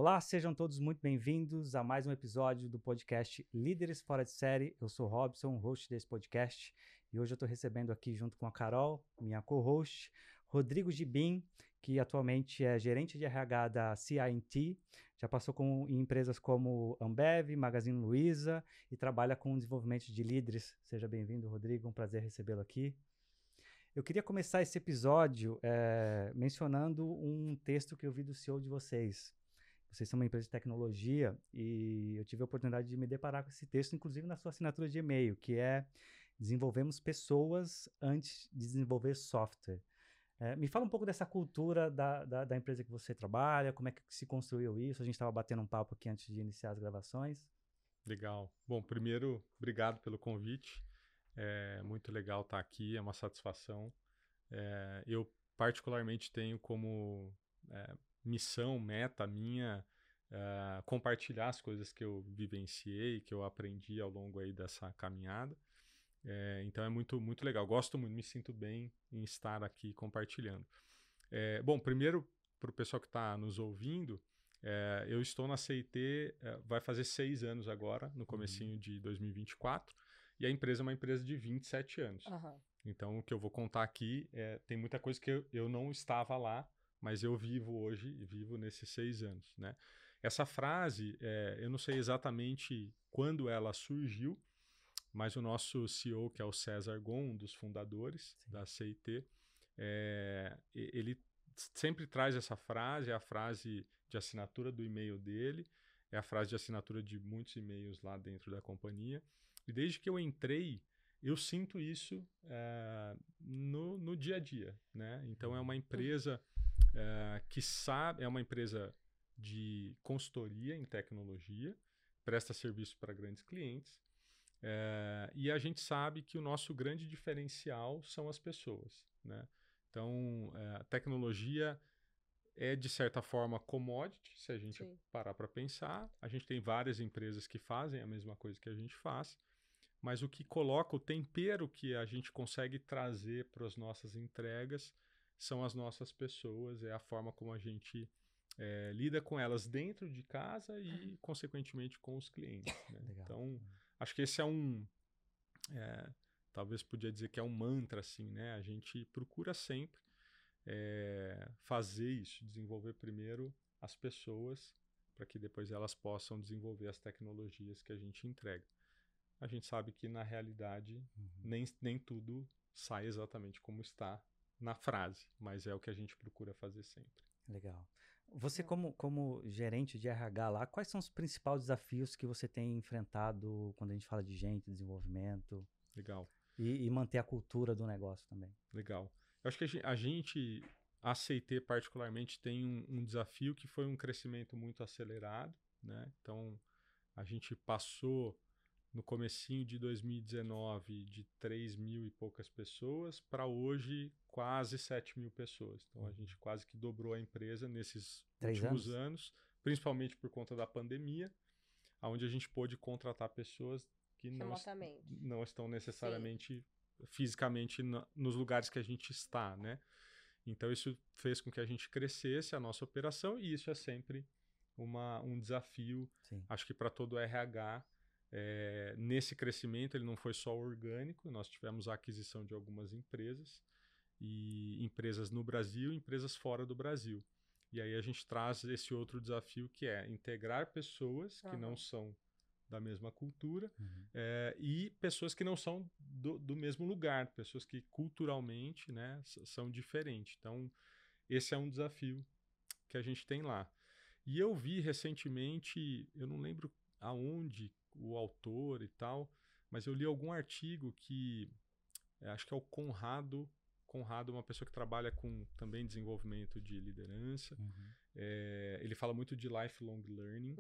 Olá, sejam todos muito bem-vindos a mais um episódio do podcast Líderes Fora de Série. Eu sou Robson, host desse podcast, e hoje eu estou recebendo aqui junto com a Carol, minha co-host, Rodrigo Gibim, que atualmente é gerente de RH da CI&T, já passou em empresas como Ambev, Magazine Luiza e trabalha com desenvolvimento de líderes. Seja bem-vindo, Rodrigo, um prazer recebê-lo aqui. Eu queria começar esse episódio mencionando um texto que eu vi do CEO de vocês. Vocês são uma empresa de tecnologia e eu tive a oportunidade de me deparar com esse texto, inclusive na sua assinatura de e-mail, que é desenvolvemos pessoas antes de desenvolver software. Me fala um pouco dessa cultura da empresa que você trabalha, como é que se construiu isso. A gente estava batendo um papo aqui antes de iniciar as gravações. Legal. Bom, primeiro, obrigado pelo convite. É muito legal estar aqui, é uma satisfação. Eu particularmente tenho como missão, meta minha, compartilhar as coisas que eu vivenciei, que eu aprendi ao longo aí dessa caminhada. Então é muito, muito legal. Gosto muito, me sinto bem em estar aqui compartilhando. Bom, primeiro, para o pessoal que está nos ouvindo, eu estou na CI&T, vai fazer 6 anos agora, no comecinho de 2024, e a empresa é uma empresa de 27 anos. Uhum. Então, o que eu vou contar aqui, tem muita coisa que eu não estava lá, mas eu vivo hoje e vivo nesses 6 anos, né? Essa frase, eu não sei exatamente quando ela surgiu, mas o nosso CEO, que é o César Gon, um dos fundadores da CI&T, ele sempre traz essa frase, é a frase de assinatura do e-mail dele, é a frase de assinatura de muitos e-mails lá dentro da companhia. E desde que eu entrei, eu sinto isso no dia a dia, né? Então é uma empresa que sabe, é uma empresa de consultoria em tecnologia, presta serviço para grandes clientes, e a gente sabe que o nosso grande diferencial são as pessoas, né? Então, a tecnologia é, de certa forma, commodity, se a gente parar para pensar. A gente tem várias empresas que fazem a mesma coisa que a gente faz, mas o que coloca, o tempero que a gente consegue trazer para as nossas entregas são as nossas pessoas, é a forma como a gente lida com elas dentro de casa e, consequentemente, com os clientes, né? Então, acho que esse é talvez podia dizer que é um mantra, assim, né? A gente procura sempre fazer isso, desenvolver primeiro as pessoas para que depois elas possam desenvolver as tecnologias que a gente entrega. A gente sabe que, na realidade, nem tudo sai exatamente como está na frase, mas é o que a gente procura fazer sempre. Legal. Você, como gerente de RH lá, quais são os principais desafios que você tem enfrentado quando a gente fala de gente, desenvolvimento? Legal. E manter a cultura do negócio também. Legal. Eu acho que a CI&T particularmente, tem um desafio que foi um crescimento muito acelerado, né? Então, a gente passou no comecinho de 2019 de 3 mil e poucas pessoas para hoje quase 7 mil pessoas. Então, a gente quase que dobrou a empresa nesses últimos anos, principalmente por conta da pandemia, onde a gente pôde contratar pessoas que não estão necessariamente fisicamente nos lugares que a gente está, né? Então, isso fez com que a gente crescesse a nossa operação, e isso é sempre um desafio, acho que para todo o RH. Nesse crescimento, ele não foi só orgânico, nós tivemos a aquisição de algumas empresas, e empresas no Brasil e empresas fora do Brasil. E aí a gente traz esse outro desafio, que é integrar pessoas que não são da mesma cultura, e pessoas que não são do mesmo lugar, pessoas que culturalmente, né, são diferentes. Então, esse é um desafio que a gente tem lá. E eu vi recentemente, eu não lembro aonde, o autor e tal, mas eu li algum artigo que acho que é o Conrado, uma pessoa que trabalha com também desenvolvimento de liderança. Ele fala muito de lifelong learning.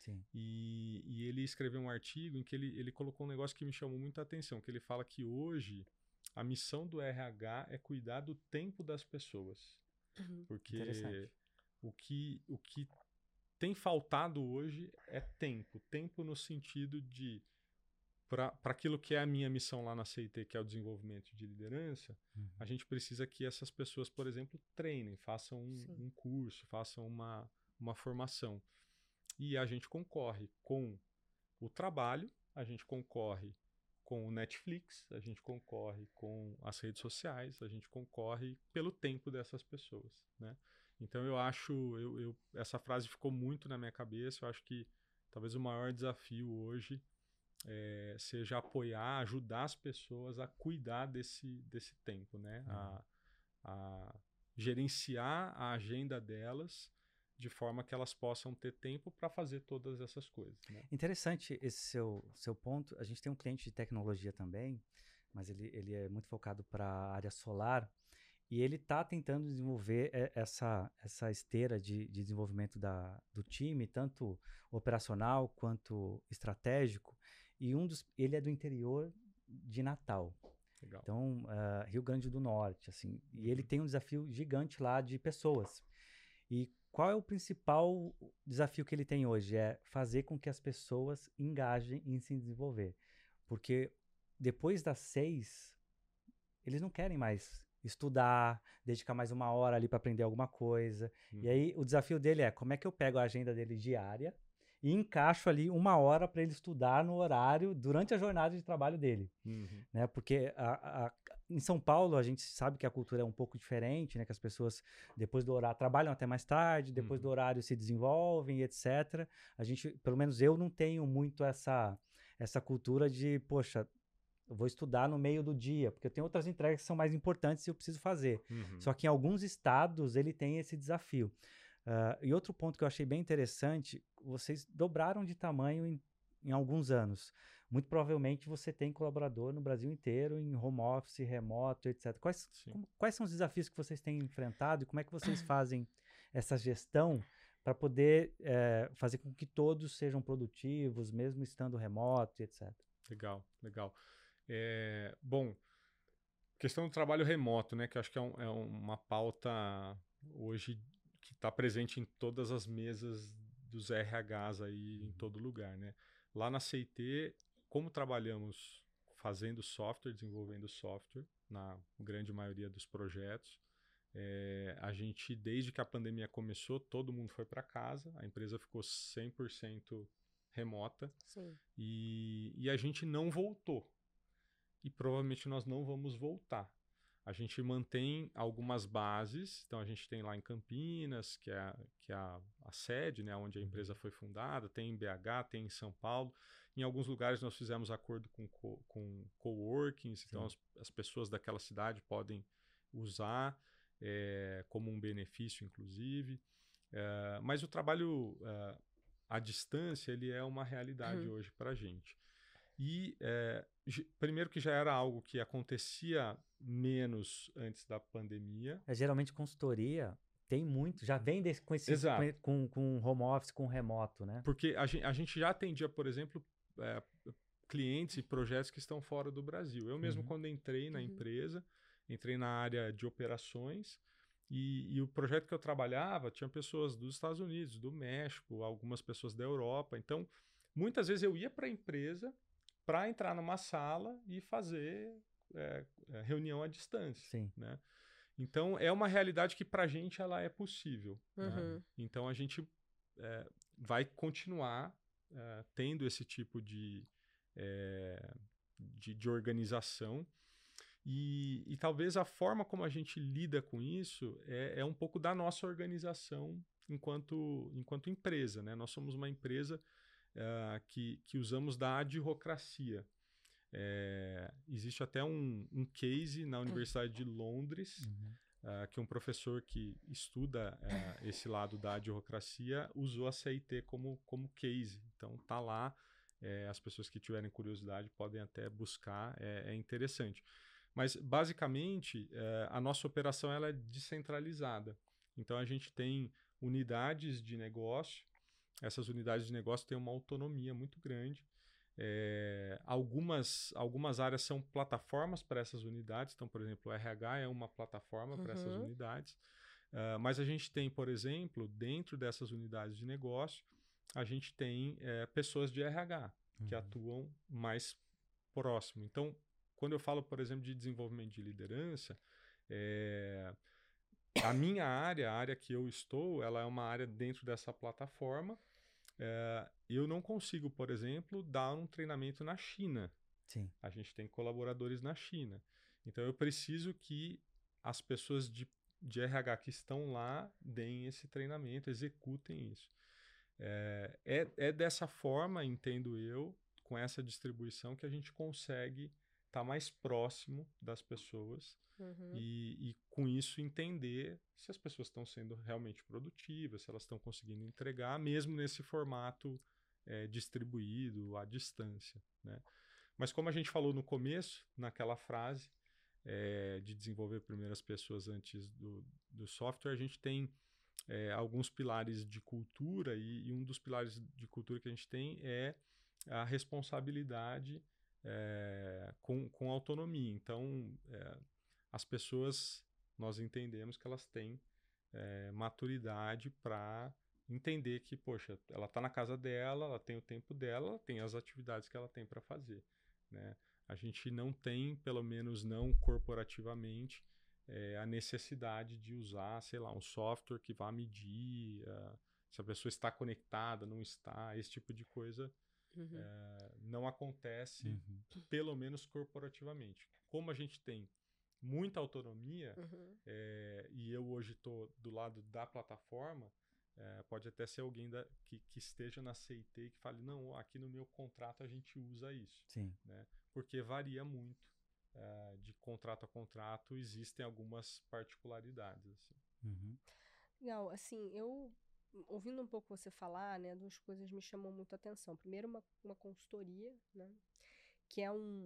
E ele escreveu um artigo em que ele colocou um negócio que me chamou muita atenção, que ele fala que hoje a missão do RH é cuidar do tempo das pessoas. Porque o que tem faltado hoje é tempo. Tempo no sentido de, para aquilo que é a minha missão lá na CI&T, que é o desenvolvimento de liderança, a gente precisa que essas pessoas, por exemplo, treinem, façam um curso, façam uma formação. e a gente concorre com o trabalho, a gente concorre com o Netflix, a gente concorre com as redes sociais, a gente concorre pelo tempo dessas pessoas, né? Então eu acho, essa frase ficou muito na minha cabeça, eu acho que talvez o maior desafio hoje seja apoiar, ajudar as pessoas a cuidar desse tempo, né? A gerenciar a agenda delas de forma que elas possam ter tempo para fazer todas essas coisas, né? Interessante esse seu ponto. A gente tem um cliente de tecnologia também, mas ele é muito focado para a área solar. E ele está tentando desenvolver essa esteira de desenvolvimento do time, tanto operacional quanto estratégico. E ele é do interior de Natal. Legal. Então, Rio Grande do Norte, assim. E ele tem um desafio gigante lá de pessoas. E qual é o principal desafio que ele tem hoje? É fazer com que as pessoas engajem em se desenvolver. Porque depois das 6, eles não querem mais estudar, dedicar mais 1 hora ali para aprender alguma coisa. E aí o desafio dele é como é que eu pego a agenda dele diária e encaixo ali 1 hora para ele estudar no horário durante a jornada de trabalho dele. Né? Porque em São Paulo a gente sabe que a cultura é um pouco diferente, né? Que as pessoas depois do horário trabalham até mais tarde, depois do horário se desenvolvem, etc. A gente, pelo menos eu não tenho muito essa cultura de, poxa, eu vou estudar no meio do dia, porque eu tenho outras entregas que são mais importantes e eu preciso fazer. Só que em alguns estados ele tem esse desafio. E outro ponto que eu achei bem interessante, vocês dobraram de tamanho em alguns anos. Muito provavelmente você tem colaborador no Brasil inteiro, em home office, remoto, etc. Quais são os desafios que vocês têm enfrentado e como é que vocês fazem essa gestão para poder fazer com que todos sejam produtivos, mesmo estando remoto, etc. Legal, legal. Bom, questão do trabalho remoto, né, que eu acho que é uma pauta hoje que está presente em todas as mesas dos RHs aí em todo lugar, né? Lá na CIT, como trabalhamos fazendo software, desenvolvendo software, na grande maioria dos projetos, a gente, desde que a pandemia começou, todo mundo foi para casa, a empresa ficou 100% remota. Sim. E a gente não voltou. E provavelmente nós não vamos voltar. A gente mantém algumas bases, então a gente tem lá em Campinas, que é a sede, né, onde a empresa foi fundada, tem em BH, tem em São Paulo. Em alguns lugares nós fizemos acordo com coworkings, então as pessoas daquela cidade podem usar como um benefício, inclusive. Mas o trabalho à distância ele é uma realidade hoje para a gente. E primeiro que já era algo que acontecia menos antes da pandemia. Geralmente consultoria tem muito, já vem com home office, com remoto, né? Porque a gente já atendia, por exemplo, clientes e projetos que estão fora do Brasil. Eu mesmo, quando entrei na empresa, entrei na área de operações e o projeto que eu trabalhava tinha pessoas dos Estados Unidos, do México, algumas pessoas da Europa. Então, muitas vezes eu ia para a empresa para entrar numa sala e fazer reunião à distância. Sim. Né? Então, é uma realidade que para a gente ela é possível. Né? Então, a gente vai continuar tendo esse tipo de organização. E talvez a forma como a gente lida com isso é um pouco da nossa organização enquanto empresa. Né? Nós somos uma empresa que usamos da adhocracia. Existe até um case na Universidade de Londres, que um professor que estuda esse lado da adhocracia usou a CIT como case. Então, está lá. As pessoas que tiverem curiosidade podem até buscar. É interessante. Mas, basicamente, a nossa operação ela é descentralizada. Então, a gente tem unidades de negócio. Essas unidades de negócio têm uma autonomia muito grande. Algumas áreas são plataformas para essas unidades. Então, por exemplo, o RH é uma plataforma para essas unidades. Mas a gente tem, por exemplo, dentro dessas unidades de negócio, a gente tem pessoas de RH que atuam mais próximo. Então, quando eu falo, por exemplo, de desenvolvimento de liderança, a minha área, a área que eu estou, ela é uma área dentro dessa plataforma Eu não consigo, por exemplo, dar um treinamento na China. Sim. A gente tem colaboradores na China. Então, eu preciso que as pessoas de RH que estão lá deem esse treinamento, executem isso. É dessa forma, entendo eu, com essa distribuição, que a gente consegue estar mais próximo das pessoas e, com isso, entender se as pessoas estão sendo realmente produtivas, se elas estão conseguindo entregar, mesmo nesse formato distribuído, à distância, né? Mas como a gente falou no começo, naquela frase de desenvolver primeiro as pessoas antes do software, a gente tem alguns pilares de cultura e um dos pilares de cultura que a gente tem é a responsabilidade com autonomia. Então, as pessoas, nós entendemos que elas têm maturidade para entender que, poxa, ela está na casa dela, ela tem o tempo dela, ela tem as atividades que ela tem para fazer, né? A gente não tem, pelo menos não corporativamente, a necessidade de usar, sei lá, um software que vá medir se a pessoa está conectada, não está, esse tipo de coisa não acontece, pelo menos corporativamente. Como a gente tem muita autonomia, e eu hoje estou do lado da plataforma, pode até ser alguém que esteja na CIT e que fale, não, aqui no meu contrato a gente usa isso. Sim. Né? Porque varia muito. De contrato a contrato, existem algumas particularidades. Assim. Legal, assim, eu ouvindo um pouco você falar, né, duas coisas me chamam muito a atenção. Primeiro, uma consultoria, né, que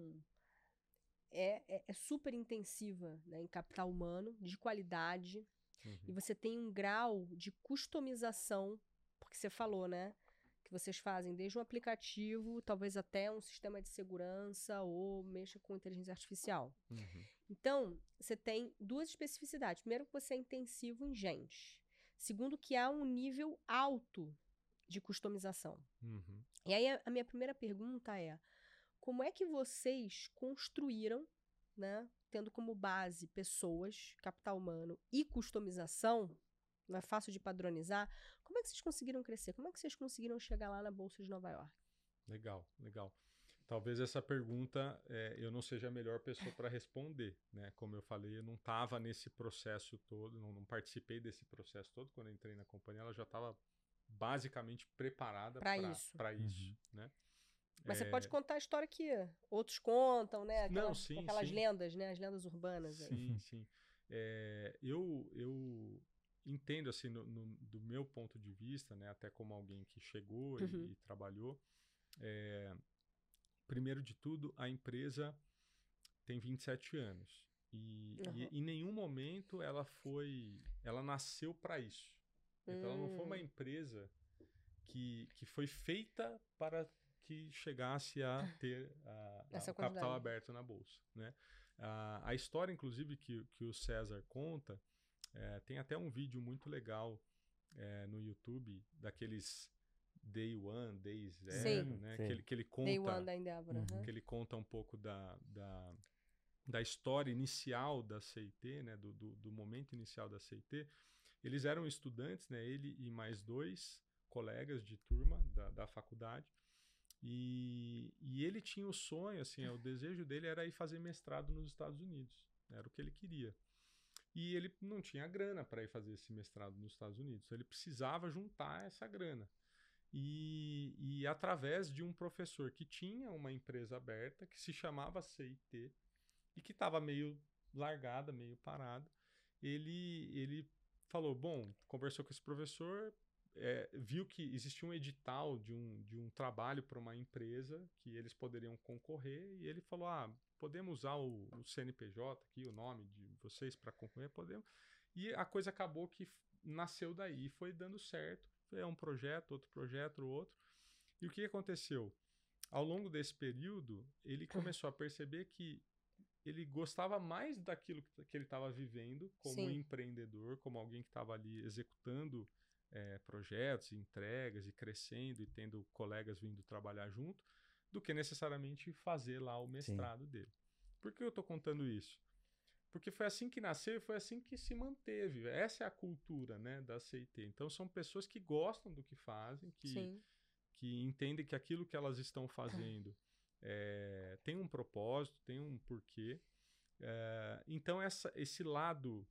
é super intensiva, né, em capital humano, de qualidade, e você tem um grau de customização, porque você falou, né, que vocês fazem desde um aplicativo, talvez até um sistema de segurança ou mexa com inteligência artificial. Então, você tem duas especificidades. Primeiro, que você é intensivo em gente. Segundo, que há um nível alto de customização. E aí, a minha primeira pergunta é, como é que vocês construíram, né, tendo como base pessoas, capital humano e customização, não é fácil de padronizar, como é que vocês conseguiram crescer? Como é que vocês conseguiram chegar lá na Bolsa de Nova York? Legal, legal. Talvez essa pergunta eu não seja a melhor pessoa para responder, né? Como eu falei, eu não estava nesse processo todo, não participei desse processo todo. Quando eu entrei na companhia, ela já estava basicamente preparada para isso, né? Mas você pode contar a história que outros contam, né? Aquelas sim. lendas, né? As lendas urbanas. Sim. Eu entendo, assim, do meu ponto de vista, né? Até como alguém que chegou e trabalhou, primeiro de tudo, a empresa tem 27 anos. E em nenhum momento ela nasceu para isso. Então, ela não foi uma empresa que foi feita para que chegasse a ter o capital aberto na bolsa, né? A história, inclusive, que o César conta, tem até um vídeo muito legal no YouTube, daqueles Day One, Day Zero, né? Que ele conta, Day One da Endeavor, que ele conta um pouco da história inicial da CIT, né? Do momento inicial da CIT. Eles eram estudantes, né? Ele e mais dois colegas de turma da faculdade. E ele tinha o sonho, assim, o desejo dele era ir fazer mestrado nos Estados Unidos. Era o que ele queria. E ele não tinha grana para ir fazer esse mestrado nos Estados Unidos. Então ele precisava juntar essa grana. E através de um professor que tinha uma empresa aberta, que se chamava CIT, e que estava meio largada, meio parada, ele falou, bom, conversou com esse professor, viu que existia um edital de um trabalho para uma empresa que eles poderiam concorrer, e ele falou, podemos usar o CNPJ aqui, o nome de vocês para concorrer? Podemos. E a coisa acabou que nasceu daí, foi dando certo, um projeto, outro. E o que aconteceu? Ao longo desse período, ele começou a perceber que ele gostava mais daquilo que ele estava vivendo como empreendedor, como alguém que estava ali executando projetos, entregas e crescendo e tendo colegas vindo trabalhar junto, do que necessariamente fazer lá o mestrado dele. Por que eu estou contando isso? Porque foi assim que nasceu e foi assim que se manteve. Essa é a cultura, né, da CIT. Então, são pessoas que gostam do que fazem, que entendem que aquilo que elas estão fazendo tem um propósito, tem um porquê. Então, esse lado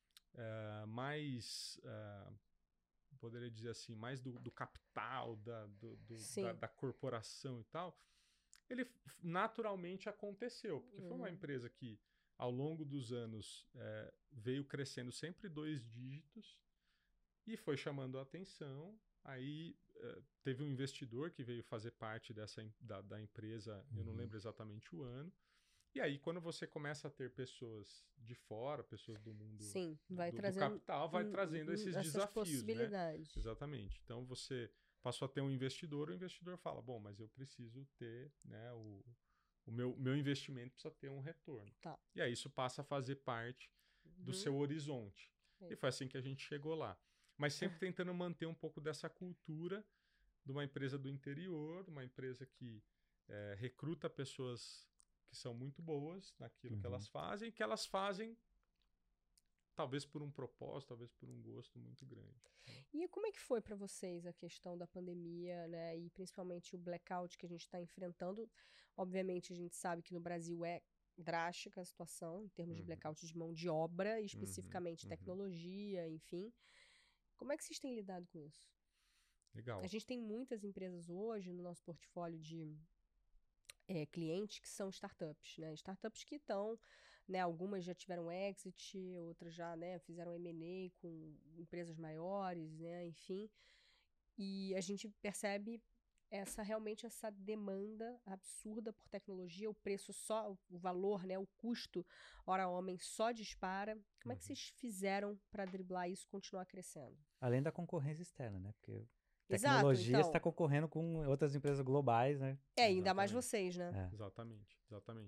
mais, poderia dizer assim, mais do capital, da corporação e tal, ele naturalmente aconteceu, porque foi uma empresa que, ao longo dos anos, veio crescendo sempre 2 dígitos e foi chamando a atenção. Aí teve um investidor que veio fazer parte da empresa, eu não lembro exatamente o ano. E aí, quando você começa a ter pessoas de fora, pessoas do mundo do capital, vai trazendo esses desafios, possibilidades. Né? Exatamente. Então, você passou a ter um investidor, o investidor fala, bom, mas eu preciso ter, né, o meu investimento precisa ter um retorno. Tá. E aí, isso passa a fazer parte do seu horizonte. E foi assim que a gente chegou lá. Mas sempre tentando manter um pouco dessa cultura de uma empresa do interior, de uma empresa que recruta pessoas que são muito boas naquilo que elas fazem talvez por um propósito, talvez por um gosto muito grande. E como é que foi para vocês a questão da pandemia, né? E principalmente o blackout que a gente está enfrentando? Obviamente, a gente sabe que no Brasil é drástica a situação, em termos de blackout de mão de obra, especificamente tecnologia, enfim. Como é que vocês têm lidado com isso? Legal. A gente tem muitas empresas hoje no nosso portfólio de clientes que são startups, né? Startups que estão, né? Algumas já tiveram exit, outras já, né, fizeram M&A com empresas maiores, né? Enfim. E a gente percebe realmente essa demanda absurda por tecnologia, o preço o valor, né, o custo hora homem só dispara. Como é que vocês fizeram para driblar isso e continuar crescendo? Além da concorrência externa, né? Porque tecnologia está concorrendo com outras empresas globais, né? Ainda mais vocês, né? Exatamente.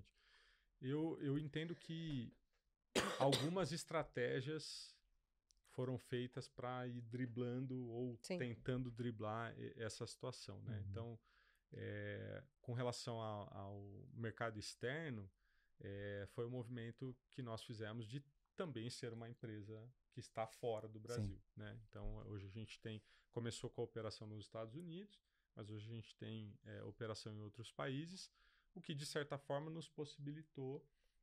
Eu entendo que algumas estratégias foram feitas para ir driblando ou tentando driblar essa situação, né? Então, com relação ao mercado externo, foi um movimento que nós fizemos de também ser uma empresa que está fora do Brasil, né? Então, hoje a gente começou com a operação nos Estados Unidos, mas hoje a gente tem operação em outros países, o que de certa forma nos possibilitou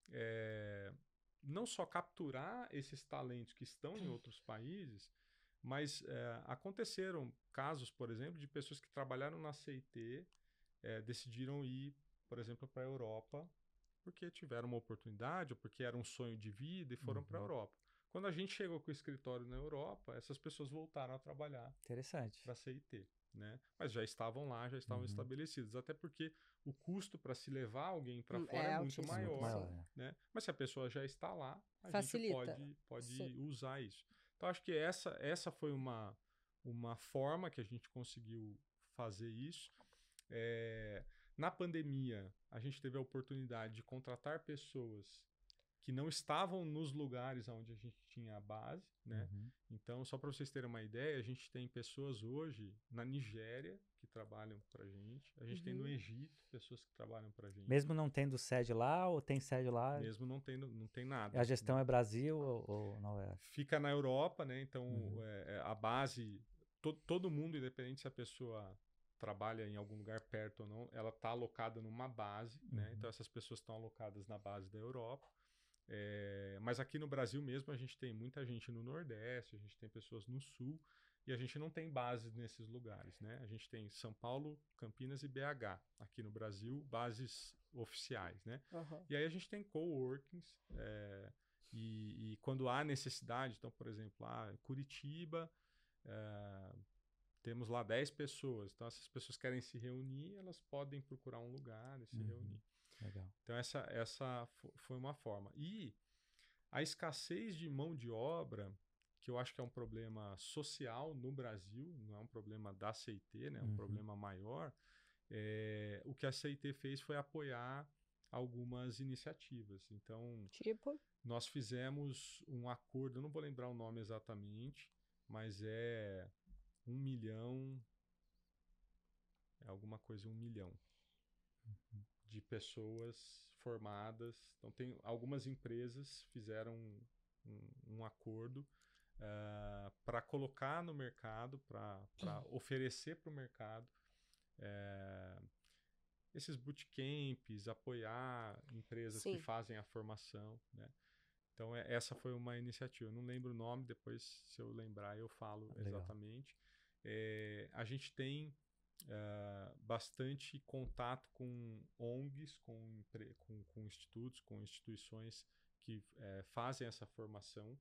não só capturar esses talentos que estão em outros países, mas aconteceram casos, por exemplo, de pessoas que trabalharam na CIT, decidiram ir, por exemplo, para a Europa, porque tiveram uma oportunidade ou porque era um sonho de vida e foram para a Europa. Quando a gente chegou com o escritório na Europa, essas pessoas voltaram a trabalhar para a CIT. Né? Mas já estavam lá, já estavam estabelecidos. Até porque o custo para se levar alguém para fora é muito maior. Né? Mas se a pessoa já está lá, a gente pode usar isso. Então, acho que essa foi uma forma que a gente conseguiu fazer isso. Na pandemia, a gente teve a oportunidade de contratar pessoas que não estavam nos lugares onde a gente tinha a base, né? Então, só para vocês terem uma ideia, a gente tem pessoas hoje na Nigéria que trabalham para a gente. A gente tem no Egito pessoas que trabalham para a gente. Mesmo não tendo sede lá ou tem sede lá? Mesmo não tem nada. A gestão é Brasil ou não é? Fica na Europa, né? Então, a base, todo mundo, independente se a pessoa trabalha em algum lugar perto ou não, ela está alocada numa base, né? Então, essas pessoas estão alocadas na base da Europa. Mas aqui no Brasil mesmo a gente tem muita gente no Nordeste, a gente tem pessoas no Sul e a gente não tem bases nesses lugares, né? A gente tem São Paulo, Campinas e BH aqui no Brasil, bases oficiais, né? E aí a gente tem coworkings e quando há necessidade, então, por exemplo, Curitiba, temos lá 10 pessoas, então essas pessoas querem se reunir, elas podem procurar um lugar e se reunir. Legal. Então, essa foi uma forma. E a escassez de mão de obra, que eu acho que é um problema social no Brasil, não é um problema da CIT, né? É um problema maior. O que a CIT fez foi apoiar algumas iniciativas. Então, nós fizemos um acordo, eu não vou lembrar o nome exatamente, mas é 1 milhão, alguma coisa 1 milhão. De pessoas formadas. Então, tem algumas empresas fizeram um acordo para colocar no mercado, para oferecer para o mercado esses bootcamps, apoiar empresas que fazem a formação, né? Então, essa foi uma iniciativa. Eu não lembro o nome, depois, se eu lembrar, eu falo exatamente. A gente tem bastante contato com ONGs, com institutos, com instituições que fazem essa formação.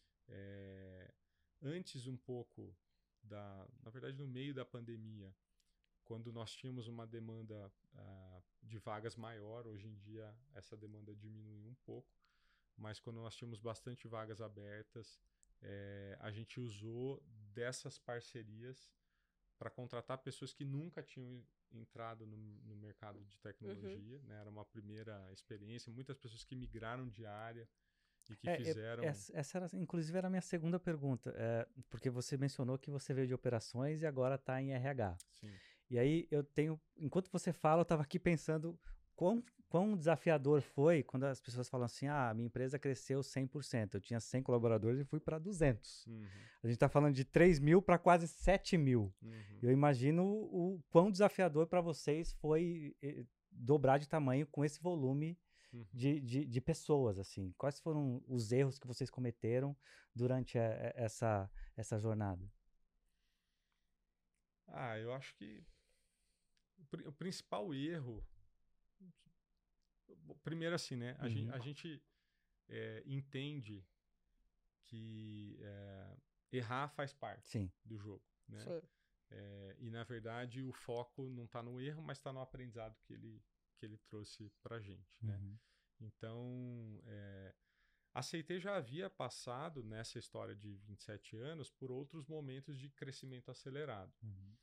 Antes um pouco na verdade, no meio da pandemia, quando nós tínhamos uma demanda de vagas maior, hoje em dia essa demanda diminuiu um pouco, mas quando nós tínhamos bastante vagas abertas, a gente usou dessas parcerias para contratar pessoas que nunca tinham entrado no mercado de tecnologia, né? Era uma primeira experiência, muitas pessoas que migraram de área e que fizeram... Essa era, inclusive, era a minha segunda pergunta, porque você mencionou que você veio de operações e agora está em RH. Sim. E aí enquanto você fala, eu estava aqui pensando quão desafiador foi quando as pessoas falam assim, minha empresa cresceu 100%, eu tinha 100 colaboradores e fui para 200. A gente está falando de 3 mil para quase 7 mil. Eu imagino o quão desafiador para vocês foi dobrar de tamanho com esse volume de pessoas, assim. Quais foram os erros que vocês cometeram durante essa jornada? Eu acho que o principal erro... Primeiro assim, né? A gente entende que errar faz parte do jogo, né? E, na verdade, o foco não está no erro, mas está no aprendizado que ele trouxe para a gente, né? Então, a CT já havia passado, nessa história de 27 anos, por outros momentos de crescimento acelerado.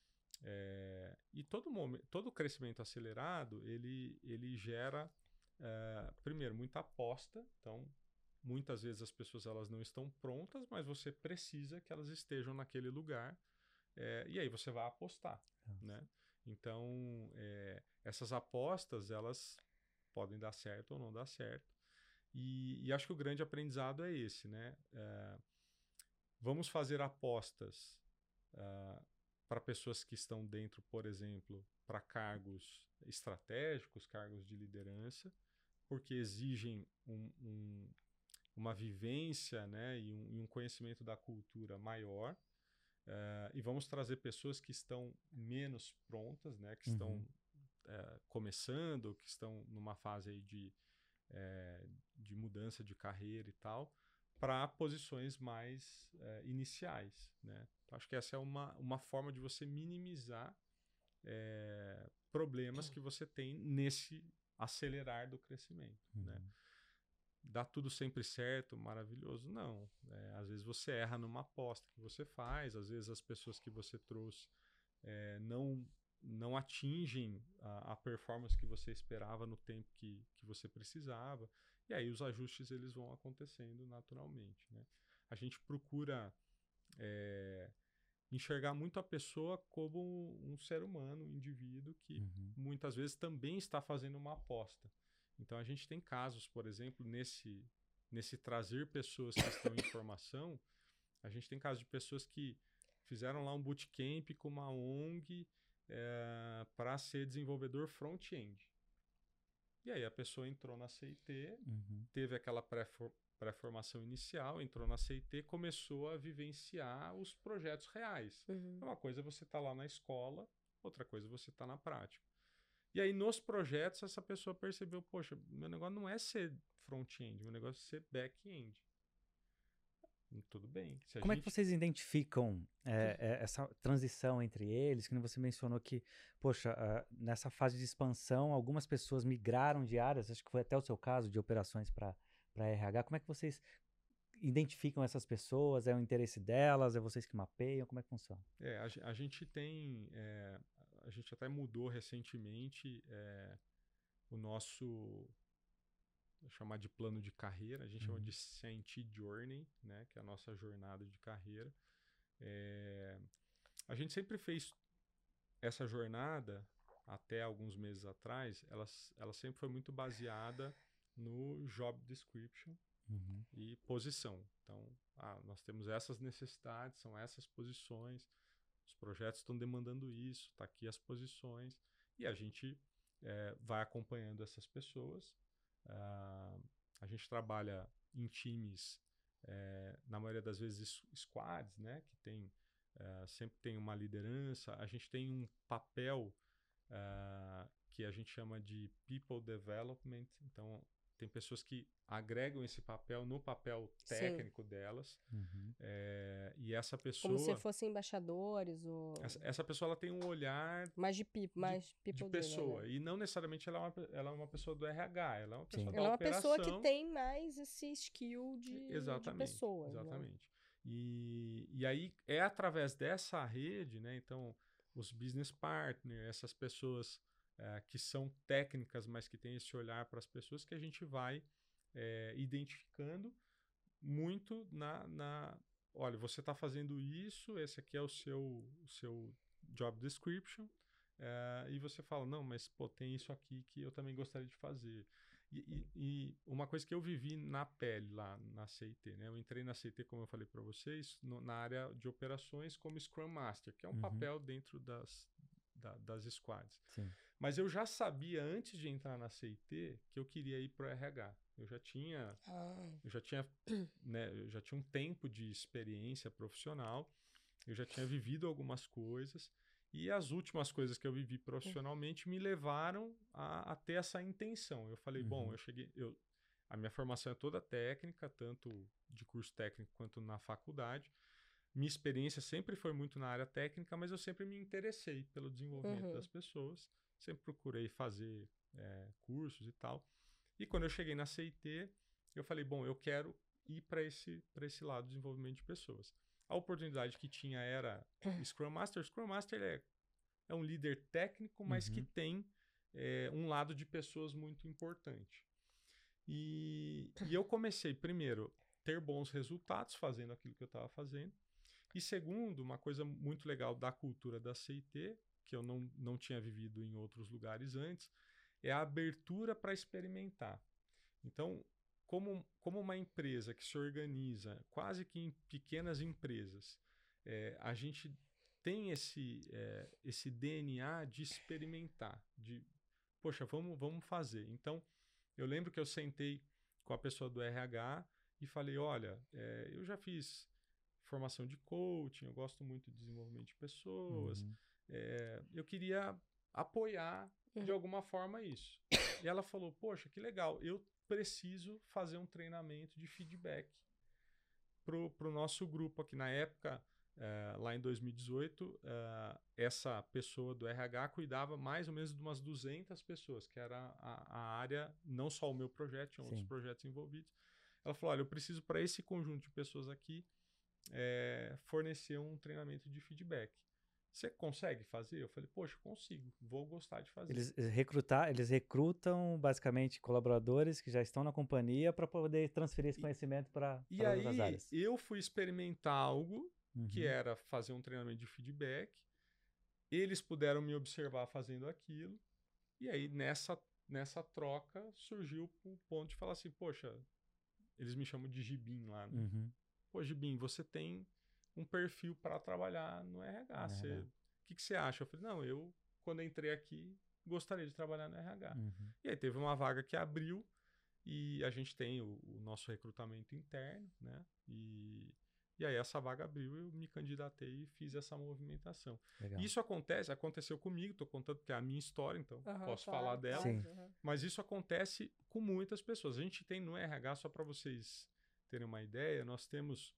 E todo crescimento acelerado, ele gera, primeiro, muita aposta. Então, muitas vezes as pessoas elas não estão prontas, mas você precisa que elas estejam naquele lugar. E aí você vai apostar, né? Então, essas apostas, elas podem dar certo ou não dar certo. E acho que o grande aprendizado é esse, né? Vamos fazer apostas para pessoas que estão dentro, por exemplo, para cargos estratégicos, cargos de liderança, porque exigem uma vivência, né, e um conhecimento da cultura maior. E vamos trazer pessoas que estão menos prontas, né, que estão começando, que estão numa fase aí de mudança de carreira e tal, para posições mais iniciais, né? Então, acho que essa é uma forma de você minimizar problemas que você tem nesse acelerar do crescimento, né? Dá tudo sempre certo, maravilhoso? Não. Às vezes você erra numa aposta que você faz, às vezes as pessoas que você trouxe não atingem a performance que você esperava no tempo que você precisava. E aí os ajustes eles vão acontecendo naturalmente, né? A gente procura enxergar muito a pessoa como um ser humano, um indivíduo que muitas vezes também está fazendo uma aposta. Então a gente tem casos, por exemplo, nesse trazer pessoas que estão em formação, a gente tem casos de pessoas que fizeram lá um bootcamp com uma ONG para ser desenvolvedor front-end. E aí a pessoa entrou na CIT, teve aquela pré-formação inicial, entrou na CIT, começou a vivenciar os projetos reais. Uma coisa é você estar lá na escola, outra coisa é você estar na prática. E aí nos projetos essa pessoa percebeu, poxa, meu negócio não é ser front-end, meu negócio é ser back-end. Tudo bem. Como é que vocês identificam essa transição entre eles? Que você mencionou que, poxa, nessa fase de expansão, algumas pessoas migraram de áreas, acho que foi até o seu caso, de operações para RH. Como é que vocês identificam essas pessoas? É o interesse delas? É vocês que mapeiam? Como é que funciona? A gente tem... a gente até mudou recentemente o nosso... chamar de plano de carreira, a gente chama de CNT Journey, né, que é a nossa jornada de carreira. A gente sempre fez essa jornada, até alguns meses atrás, ela sempre foi muito baseada no job description e posição. Então, nós temos essas necessidades, são essas posições, os projetos estão demandando isso, está aqui as posições, e a gente vai acompanhando essas pessoas. A gente trabalha em times, na maioria das vezes squads, né, que sempre tem uma liderança. A gente tem um papel que a gente chama de People Development. Então, tem pessoas que agregam esse papel no papel técnico delas. E essa pessoa... Como se fossem embaixadores ou... Essa pessoa ela tem um olhar mais de pessoa. Né? E não necessariamente ela é uma pessoa do RH. Ela é uma pessoa da ela é uma operação. pessoa que tem mais esse skill de pessoas. Exatamente. Né? E aí é através dessa rede, né? Então, os business partners, essas pessoas que são técnicas, mas que têm esse olhar para as pessoas, que a gente vai identificando muito olha, você está fazendo isso, esse aqui é o seu job description, e você fala, não, mas pô, tem isso aqui que eu também gostaria de fazer. E uma coisa que eu vivi na pele lá na CIT, né? Eu entrei na CIT, como eu falei para vocês, na área de operações como Scrum Master, que é um papel dentro das squads. Sim. Mas eu já sabia, antes de entrar na CIT, que eu queria ir para o RH. Eu já tinha um tempo de experiência profissional, eu já tinha vivido algumas coisas, e as últimas coisas que eu vivi profissionalmente me levaram a ter essa intenção. Eu falei, bom, a minha formação é toda técnica, tanto de curso técnico quanto na faculdade. Minha experiência sempre foi muito na área técnica, mas eu sempre me interessei pelo desenvolvimento das pessoas, sempre procurei fazer cursos e tal. E quando eu cheguei na CIT, eu falei, bom, eu quero ir para esse lado de desenvolvimento de pessoas. A oportunidade que tinha era Scrum Master. Scrum Master é um líder técnico, mas que tem um lado de pessoas muito importante. E eu comecei, primeiro, ter bons resultados fazendo aquilo que eu estava fazendo. E segundo, uma coisa muito legal da cultura da CIT, que eu não tinha vivido em outros lugares antes, é a abertura para experimentar. Então, como uma empresa que se organiza quase que em pequenas empresas, a gente tem esse DNA de experimentar, de, poxa, vamos fazer. Então, eu lembro que eu sentei com a pessoa do RH e falei, olha, eu já fiz formação de coaching, eu gosto muito de desenvolvimento de pessoas, eu queria apoiar de alguma forma isso. E ela falou, poxa, que legal, eu preciso fazer um treinamento de feedback pro nosso grupo aqui. Na época, lá em 2018, essa pessoa do RH cuidava mais ou menos de umas 200 pessoas, que era a área, não só o meu projeto, tinha outros projetos envolvidos. Ela falou, olha, eu preciso para esse conjunto de pessoas aqui fornecer um treinamento de feedback. Você consegue fazer? Eu falei, poxa, consigo, vou gostar de fazer. Eles recrutam basicamente colaboradores que já estão na companhia para poder transferir esse conhecimento para outras áreas. E aí eu fui experimentar algo que era fazer um treinamento de feedback. Eles puderam me observar fazendo aquilo. E aí nessa troca surgiu o ponto de falar assim, poxa, eles me chamam de Gibim lá, né? Pô, Gibim, você tem um perfil para trabalhar no RH. O que você acha? Eu falei, não, eu, quando entrei aqui, gostaria de trabalhar no RH. E aí teve uma vaga que abriu e a gente tem o nosso recrutamento interno, né? E aí essa vaga abriu, eu me candidatei e fiz essa movimentação. Legal. Isso aconteceu comigo, estou contando porque é a minha história, então posso falar dela. Mas isso acontece com muitas pessoas. A gente tem no RH, só para vocês terem uma ideia, nós temos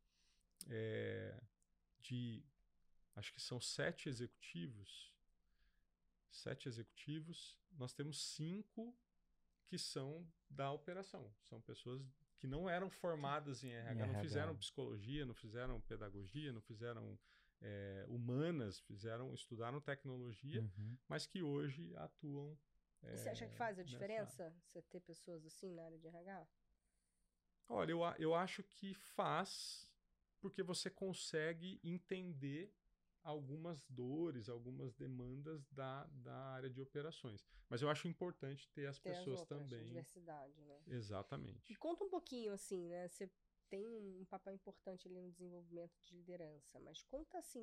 acho que são 7 executivos, nós temos 5 que são da operação. São pessoas que não eram formadas em RH, não fizeram psicologia, não fizeram pedagogia, não fizeram humanas, estudaram tecnologia, mas que hoje atuam. E você acha que faz a diferença você ter pessoas assim na área de RH? Olha, eu acho que faz, porque você consegue entender algumas dores, algumas demandas da área de operações. Mas eu acho importante ter as pessoas também. Diversidade, né? Exatamente. E conta um pouquinho, assim, né? Você tem um papel importante ali no desenvolvimento de liderança, mas conta, assim,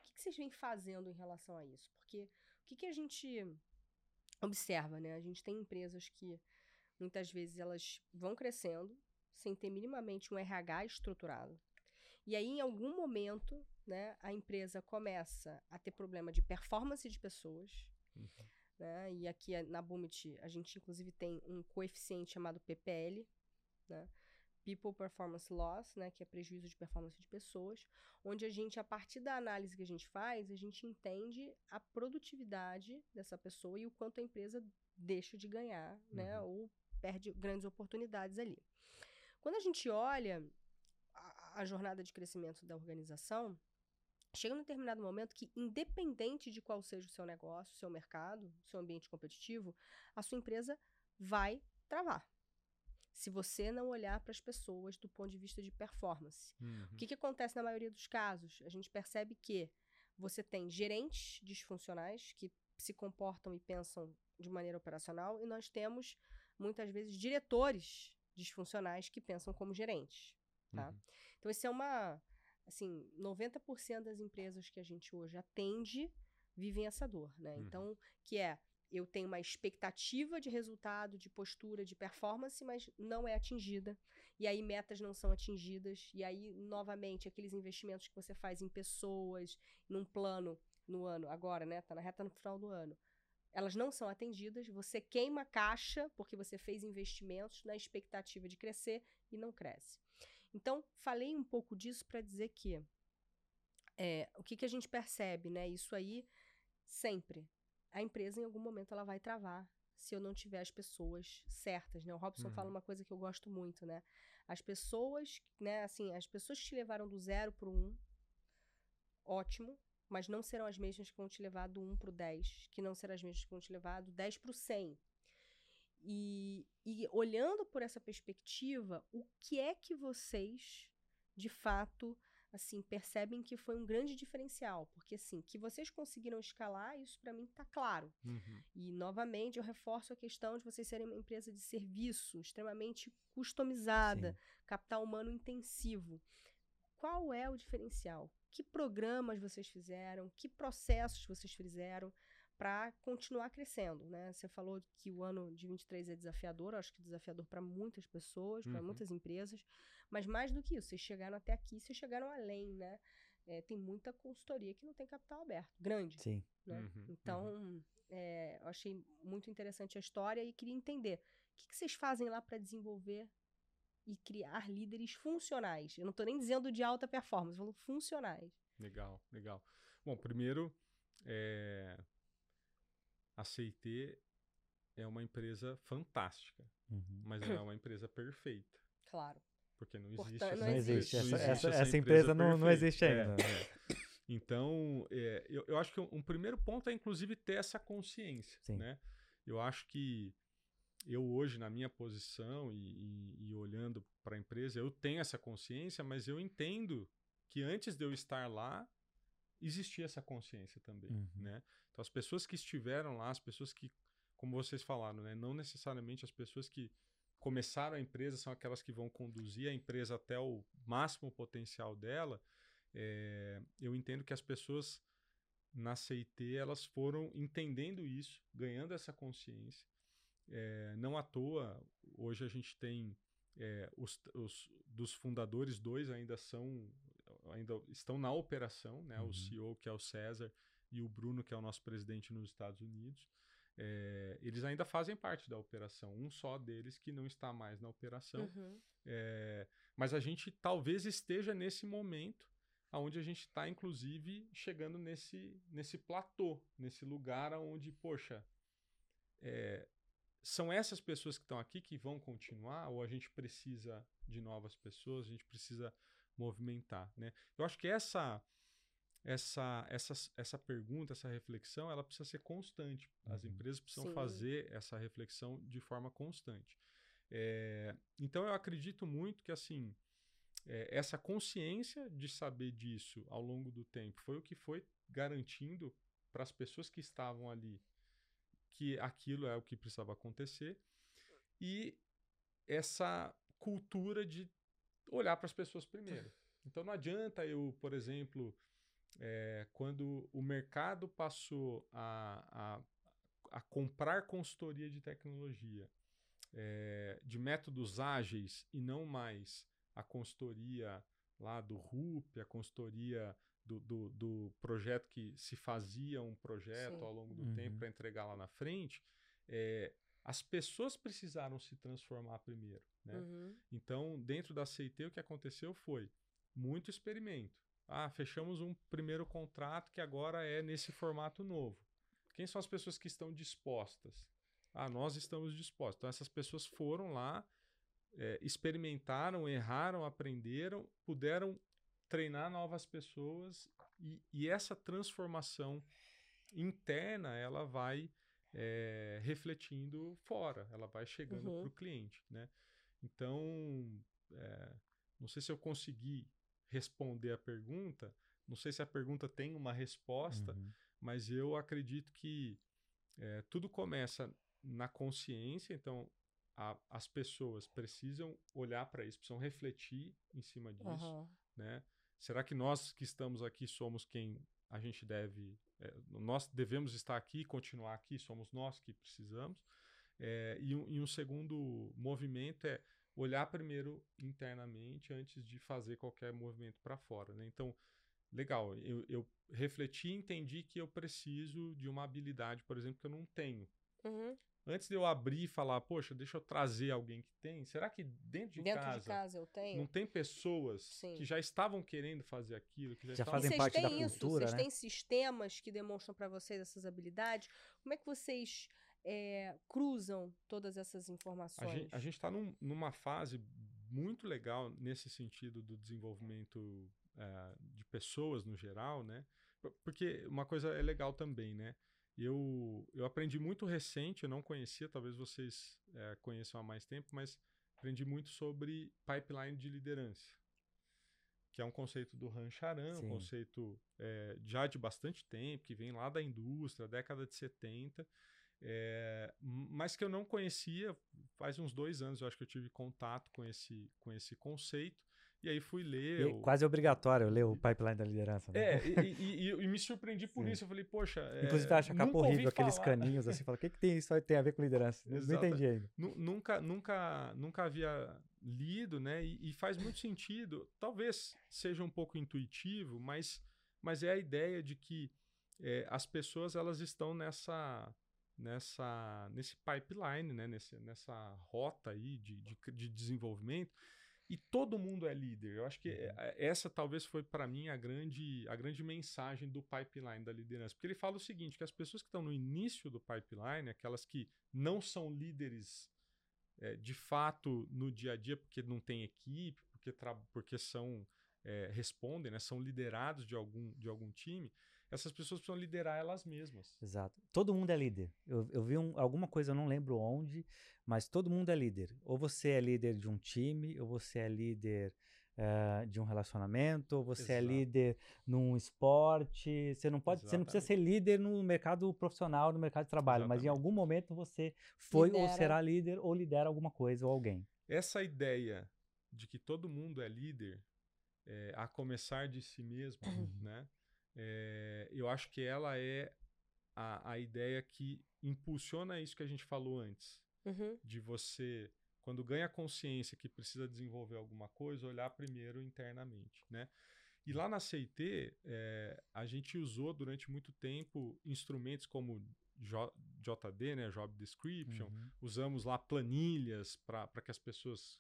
O que vocês vêm fazendo em relação a isso? Porque o que a gente observa, né? A gente tem empresas que muitas vezes elas vão crescendo sem ter minimamente um RH estruturado. E aí, em algum momento, né, a empresa começa a ter problema de performance de pessoas. Né? E aqui na Boomit, a gente inclusive tem um coeficiente chamado PPL, né? People Performance Loss, né, que é prejuízo de performance de pessoas, onde a gente, a partir da análise que a gente faz, a gente entende a produtividade dessa pessoa e o quanto a empresa deixa de ganhar, né, ou perde grandes oportunidades ali. Quando a gente olha a jornada de crescimento da organização, chega num determinado momento que, independente de qual seja o seu negócio, o seu mercado, o seu ambiente competitivo, a sua empresa vai travar. Se você não olhar para as pessoas do ponto de vista de performance. O que acontece na maioria dos casos? A gente percebe que você tem gerentes disfuncionais que se comportam e pensam de maneira operacional e nós temos, muitas vezes, diretores disfuncionais que pensam como gerentes. Tá? Então, isso é assim, 90% das empresas que a gente hoje atende vivem essa dor, né? Então, que é, eu tenho uma expectativa de resultado, de postura, de performance, mas não é atingida. E aí, metas não são atingidas. E aí, novamente, aqueles investimentos que você faz em pessoas, num plano no ano, agora, né? Tá na reta no final do ano. Elas não são atendidas, você queima caixa porque você fez investimentos na expectativa de crescer e não cresce. Então, falei um pouco disso para dizer que o que a gente percebe, né? Isso aí, sempre. A empresa, em algum momento, ela vai travar se eu não tiver as pessoas certas, né? O Robson fala uma coisa que eu gosto muito, né? As pessoas, né? Assim, as pessoas que te levaram do 0 para o 1, ótimo, mas não serão as mesmas que vão te levar do 1 para o 10, que não serão as mesmas que vão te levar do 10 para o 100. E olhando por essa perspectiva, o que é que vocês, de fato, assim, percebem que foi um grande diferencial? Porque, assim, que vocês conseguiram escalar, isso para mim está claro. E, novamente, eu reforço a questão de vocês serem uma empresa de serviço extremamente customizada, capital humano intensivo. Qual é o diferencial? Que programas vocês fizeram? Que processos vocês fizeram para continuar crescendo, né? Você falou que o ano de 23 é desafiador, acho que desafiador para muitas pessoas, para muitas empresas, mas mais do que isso, vocês chegaram até aqui, vocês chegaram além, né? Tem muita consultoria que não tem capital aberto, grande. Sim. Né? Então, eu achei muito interessante a história e queria entender, o que vocês fazem lá para desenvolver e criar líderes funcionais? Eu não estou nem dizendo de alta performance, eu falo funcionais. Legal, legal. Bom, primeiro, a CIT é uma empresa fantástica, mas não é uma empresa perfeita. Claro. Porque não Portanto, existe. Essa empresa não existe ainda. Então, eu acho que um primeiro ponto é, inclusive, ter essa consciência. Né? Eu acho que eu hoje, na minha posição e olhando para a empresa, eu tenho essa consciência, mas eu entendo que antes de eu estar lá, existia essa consciência também. Né? Então, as pessoas que estiveram lá, as pessoas que, como vocês falaram, né, não necessariamente as pessoas que começaram a empresa são aquelas que vão conduzir a empresa até o máximo potencial dela. Eu entendo que as pessoas na CIT elas foram entendendo isso, ganhando essa consciência. Não à toa, hoje a gente tem dos fundadores, 2 ainda estão na operação, né? O CEO, que é o César, e o Bruno, que é o nosso presidente nos Estados Unidos. Eles ainda fazem parte da operação, um só deles que não está mais na operação. Mas a gente talvez esteja nesse momento onde a gente está, inclusive, chegando nesse platô, nesse lugar onde, poxa, são essas pessoas que estão aqui que vão continuar, ou a gente precisa de novas pessoas, a gente precisa movimentar, né? Eu acho que essa pergunta, essa reflexão, ela precisa ser constante. As empresas precisam fazer essa reflexão de forma constante. Então, eu acredito muito que, assim, essa consciência de saber disso ao longo do tempo foi o que foi garantindo para as pessoas que estavam ali que aquilo é o que precisava acontecer, e essa cultura de olhar para as pessoas primeiro. Então não adianta eu, por exemplo, quando o mercado passou a comprar consultoria de tecnologia, de métodos ágeis e não mais a consultoria lá do RUP, a consultoria do projeto que se fazia um projeto Sim. ao longo do tempo para entregar lá na frente, as pessoas precisaram se transformar primeiro, né? Então, dentro da CIT, o que aconteceu foi muito experimento. Fechamos um primeiro contrato que agora é nesse formato novo. Quem são as pessoas que estão dispostas? Nós estamos dispostos. Então, essas pessoas foram lá, experimentaram, erraram, aprenderam, puderam treinar novas pessoas e essa transformação interna, ela vai refletindo fora, ela vai chegando para o cliente, né? Então, não sei se eu consegui responder a pergunta, não sei se a pergunta tem uma resposta, mas eu acredito que tudo começa na consciência, então as pessoas precisam olhar para isso, precisam refletir em cima disso, né? Será que nós que estamos aqui somos quem a gente deve... nós devemos estar aqui, continuar aqui, somos nós que precisamos. E um segundo movimento é olhar primeiro internamente antes de fazer qualquer movimento para fora, né? Então, legal, eu refleti e entendi que eu preciso de uma habilidade, por exemplo, que eu não tenho. Antes de eu abrir e falar, poxa, deixa eu trazer alguém que tem, será que dentro de casa eu tenho? não tem pessoas que já estavam querendo fazer aquilo, que já fazem parte da cultura, vocês né? têm sistemas que demonstram para vocês essas habilidades? Como é que vocês cruzam todas essas informações? A gente está numa fase muito legal nesse sentido do desenvolvimento de pessoas no geral, né? Porque uma coisa é legal também, né? Eu aprendi muito recente, eu não conhecia, talvez vocês conheçam há mais tempo, mas aprendi muito sobre pipeline de liderança, que é um conceito do Han Charan, um conceito já de bastante tempo, que vem lá da indústria, década de 70, mas que eu não conhecia. Faz uns 2 anos, eu acho que eu tive contato com esse conceito, e aí fui ler... É quase obrigatório ler o pipeline da liderança, né? E me surpreendi por isso. Eu falei, poxa... Inclusive, acha capa horrível aqueles caninhos assim, fala, o que tem isso tem a ver com liderança? Não entendi ainda. Nunca havia lido, né? E faz muito sentido. Talvez seja um pouco intuitivo, mas é a ideia de que as pessoas elas estão nesse pipeline, né? Nessa rota aí de desenvolvimento. E todo mundo é líder. Eu acho que essa talvez foi para mim a grande mensagem do pipeline da liderança. Porque ele fala o seguinte, que as pessoas que estão no início do pipeline, aquelas que não são líderes de fato no dia a dia, porque não tem equipe, porque respondem, né, são liderados de algum time, essas pessoas precisam liderar elas mesmas. Exato. Todo mundo é líder. Eu vi alguma coisa, eu não lembro onde, mas todo mundo é líder. Ou você é líder de um time, ou você é líder de um relacionamento, ou você é líder num esporte. Você não precisa ser líder no mercado profissional, no mercado de trabalho, mas em algum momento você foi ou será líder ou lidera alguma coisa ou alguém. Essa ideia de que todo mundo é líder, a começar de si mesmo, né? Eu acho que ela é a ideia que impulsiona isso que a gente falou antes. De você, quando ganha consciência que precisa desenvolver alguma coisa, olhar primeiro internamente, né? E lá na CIT, a gente usou durante muito tempo instrumentos como JD, né, Job Description, usamos lá planilhas para que as pessoas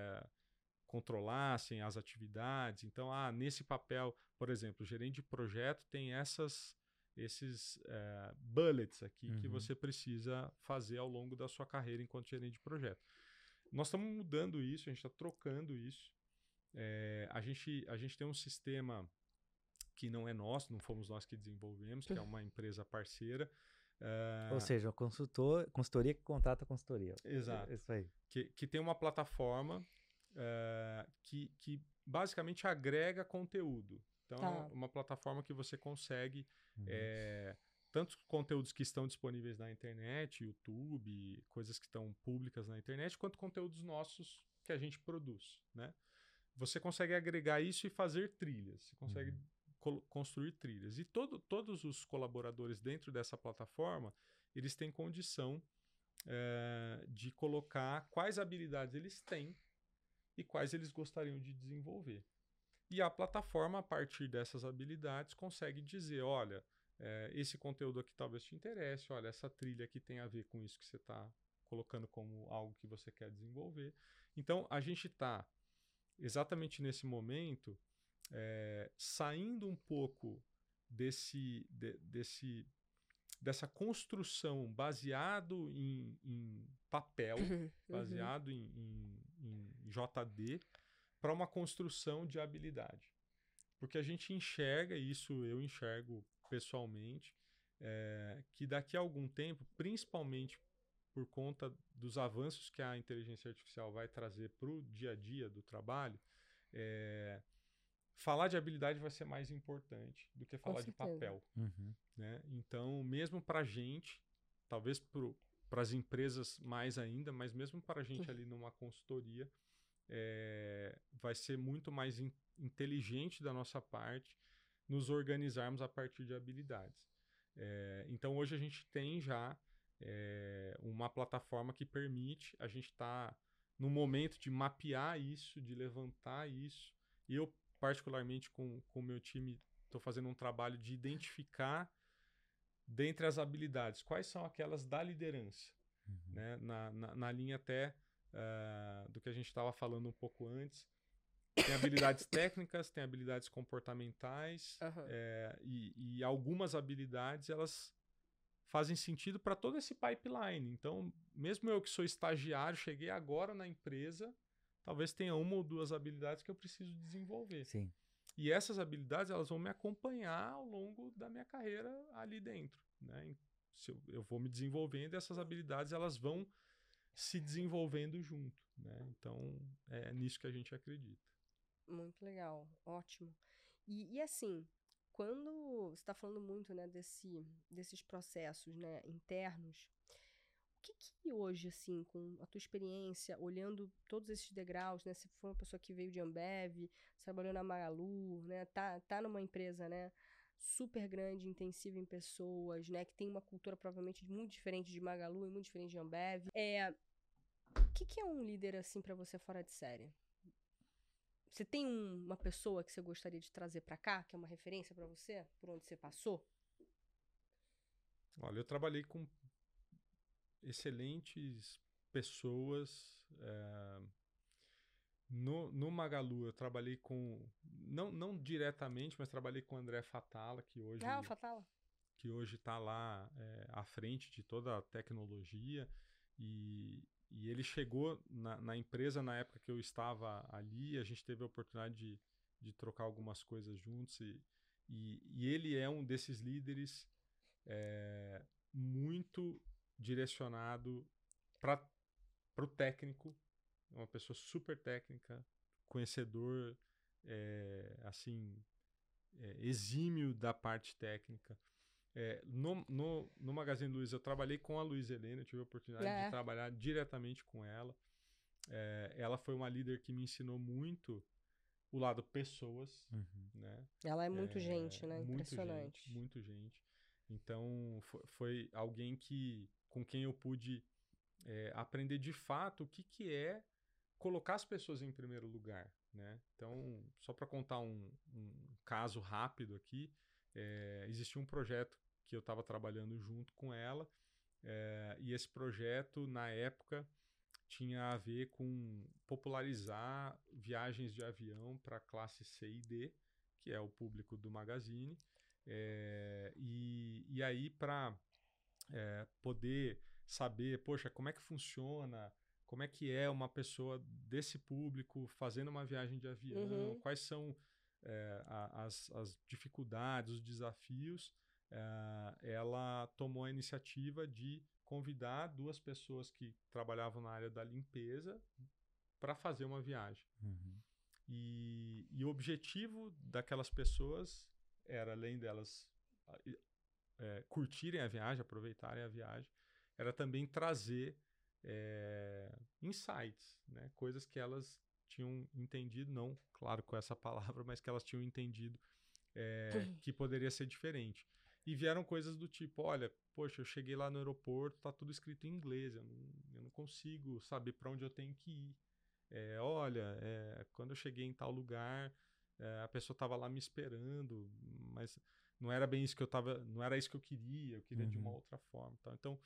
controlassem as atividades. Então, nesse papel, por exemplo, o gerente de projeto tem esses bullets aqui que você precisa fazer ao longo da sua carreira enquanto gerente de projeto. Nós estamos mudando isso, a gente está trocando isso. A gente tem um sistema que não é nosso, não fomos nós que desenvolvemos, que é uma empresa parceira. Ou seja, consultoria que contrata consultoria. Exato. Isso aí. Que tem uma plataforma que basicamente agrega conteúdo. Então, é uma plataforma que você consegue tantos conteúdos que estão disponíveis na internet, YouTube, coisas que estão públicas na internet, quanto conteúdos nossos que a gente produz, né? Você consegue agregar isso e fazer trilhas. Você consegue construir trilhas. E todos os colaboradores dentro dessa plataforma, eles têm condição de colocar quais habilidades eles têm e quais eles gostariam de desenvolver. E a plataforma, a partir dessas habilidades, consegue dizer, olha, esse conteúdo aqui talvez te interesse, olha, essa trilha aqui tem a ver com isso que você está colocando como algo que você quer desenvolver. Então, a gente está, exatamente nesse momento, saindo um pouco dessa construção baseado em papel, baseado em JD, para uma construção de habilidade. Porque a gente enxerga, e isso eu enxergo pessoalmente, que daqui a algum tempo, principalmente por conta dos avanços que a inteligência artificial vai trazer para o dia a dia do trabalho, falar de habilidade vai ser mais importante do que falar de papel. Né? Então, mesmo para a gente, talvez para as empresas mais ainda, mas mesmo para a gente ali numa consultoria, vai ser muito mais inteligente da nossa parte nos organizarmos a partir de habilidades. Então, hoje a gente tem já uma plataforma que permite a gente estar no momento de mapear isso, de levantar isso. E eu, particularmente com o meu time, estou fazendo um trabalho de identificar, dentre as habilidades, quais são aquelas da liderança. Né? Na linha até do que a gente estava falando um pouco antes. Tem habilidades técnicas, tem habilidades comportamentais, e algumas habilidades elas fazem sentido para todo esse pipeline. Então, mesmo eu que sou estagiário, cheguei agora na empresa, talvez tenha uma ou duas habilidades que eu preciso desenvolver. Sim. E essas habilidades elas vão me acompanhar ao longo da minha carreira ali dentro. Né? Eu vou me desenvolvendo e essas habilidades elas vão se desenvolvendo junto. Né? Então, é nisso que a gente acredita. Muito legal, ótimo. E assim, quando você está falando muito, né, desses processos, né, internos, o que hoje, assim, com a tua experiência, olhando todos esses degraus, né, você foi uma pessoa que veio de Ambev, trabalhou na Magalu, né, tá numa empresa, né, super grande, intensiva em pessoas, né, que tem uma cultura provavelmente muito diferente de Magalu e muito diferente de Ambev. O que é um líder, assim, para você fora de série? Você tem uma pessoa que você gostaria de trazer para cá, que é uma referência para você, por onde você passou? Olha, eu trabalhei com excelentes pessoas. No Magalu, eu trabalhei com... Não diretamente, mas trabalhei com o André Fatala, que hoje... Ah, o Fatala. Que hoje está lá à frente de toda a tecnologia. E ele chegou na empresa na época que eu estava ali, a gente teve a oportunidade de trocar algumas coisas juntos, e ele é um desses líderes muito direcionado para o técnico, uma pessoa super técnica, conhecedor, exímio da parte técnica. No Magazine Luiza eu trabalhei com a Luiza Helena, eu tive a oportunidade de trabalhar diretamente com ela. Ela foi uma líder que me ensinou muito o lado pessoas. Né? Ela é muito gente, né? Impressionante. Muito gente. Então foi alguém com quem eu pude aprender de fato o que é colocar as pessoas em primeiro lugar. Né? Então, só para contar um caso rápido aqui, existia um projeto que eu estava trabalhando junto com ela, e esse projeto, na época, tinha a ver com popularizar viagens de avião para a classe C e D, que é o público do Magazine, e aí para poder saber, poxa, como é que funciona, como é que é uma pessoa desse público fazendo uma viagem de avião, quais são as dificuldades, os desafios, ela tomou a iniciativa de convidar duas pessoas que trabalhavam na área da limpeza para fazer uma viagem. E o objetivo daquelas pessoas era, além delas curtirem a viagem, aproveitarem a viagem, era também trazer insights, né? Coisas que elas tinham entendido, não, claro, com essa palavra, mas que elas tinham entendido que poderia ser diferente. E vieram coisas do tipo, olha, poxa, eu cheguei lá no aeroporto, tá tudo escrito em inglês, eu não consigo saber para onde eu tenho que ir. Olha, quando eu cheguei em tal lugar, a pessoa estava lá me esperando, mas não era bem isso que não era isso que eu queria de uma outra forma. Tá? Então,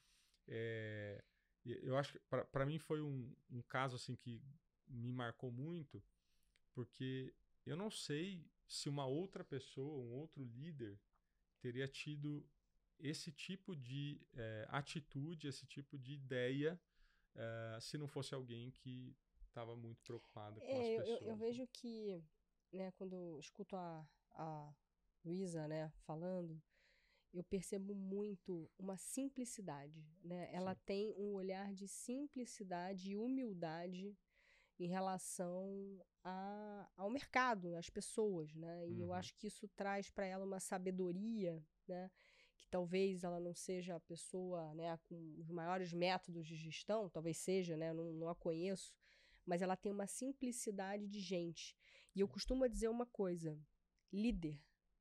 eu acho que para mim foi um caso assim que me marcou muito, porque eu não sei se uma outra pessoa, um outro líder, teria tido esse tipo de atitude, esse tipo de ideia, se não fosse alguém que estava muito preocupado com as pessoas. Eu vejo que, né, quando eu escuto a Luísa, né, falando, eu percebo muito uma simplicidade, né? Ela tem um olhar de simplicidade e humildade em relação ao mercado, às pessoas, né? E eu acho que isso traz para ela uma sabedoria, né? Que talvez ela não seja a pessoa, né, com os maiores métodos de gestão, talvez seja, né? Não a conheço, mas ela tem uma simplicidade de gente. E eu costumo dizer uma coisa: líder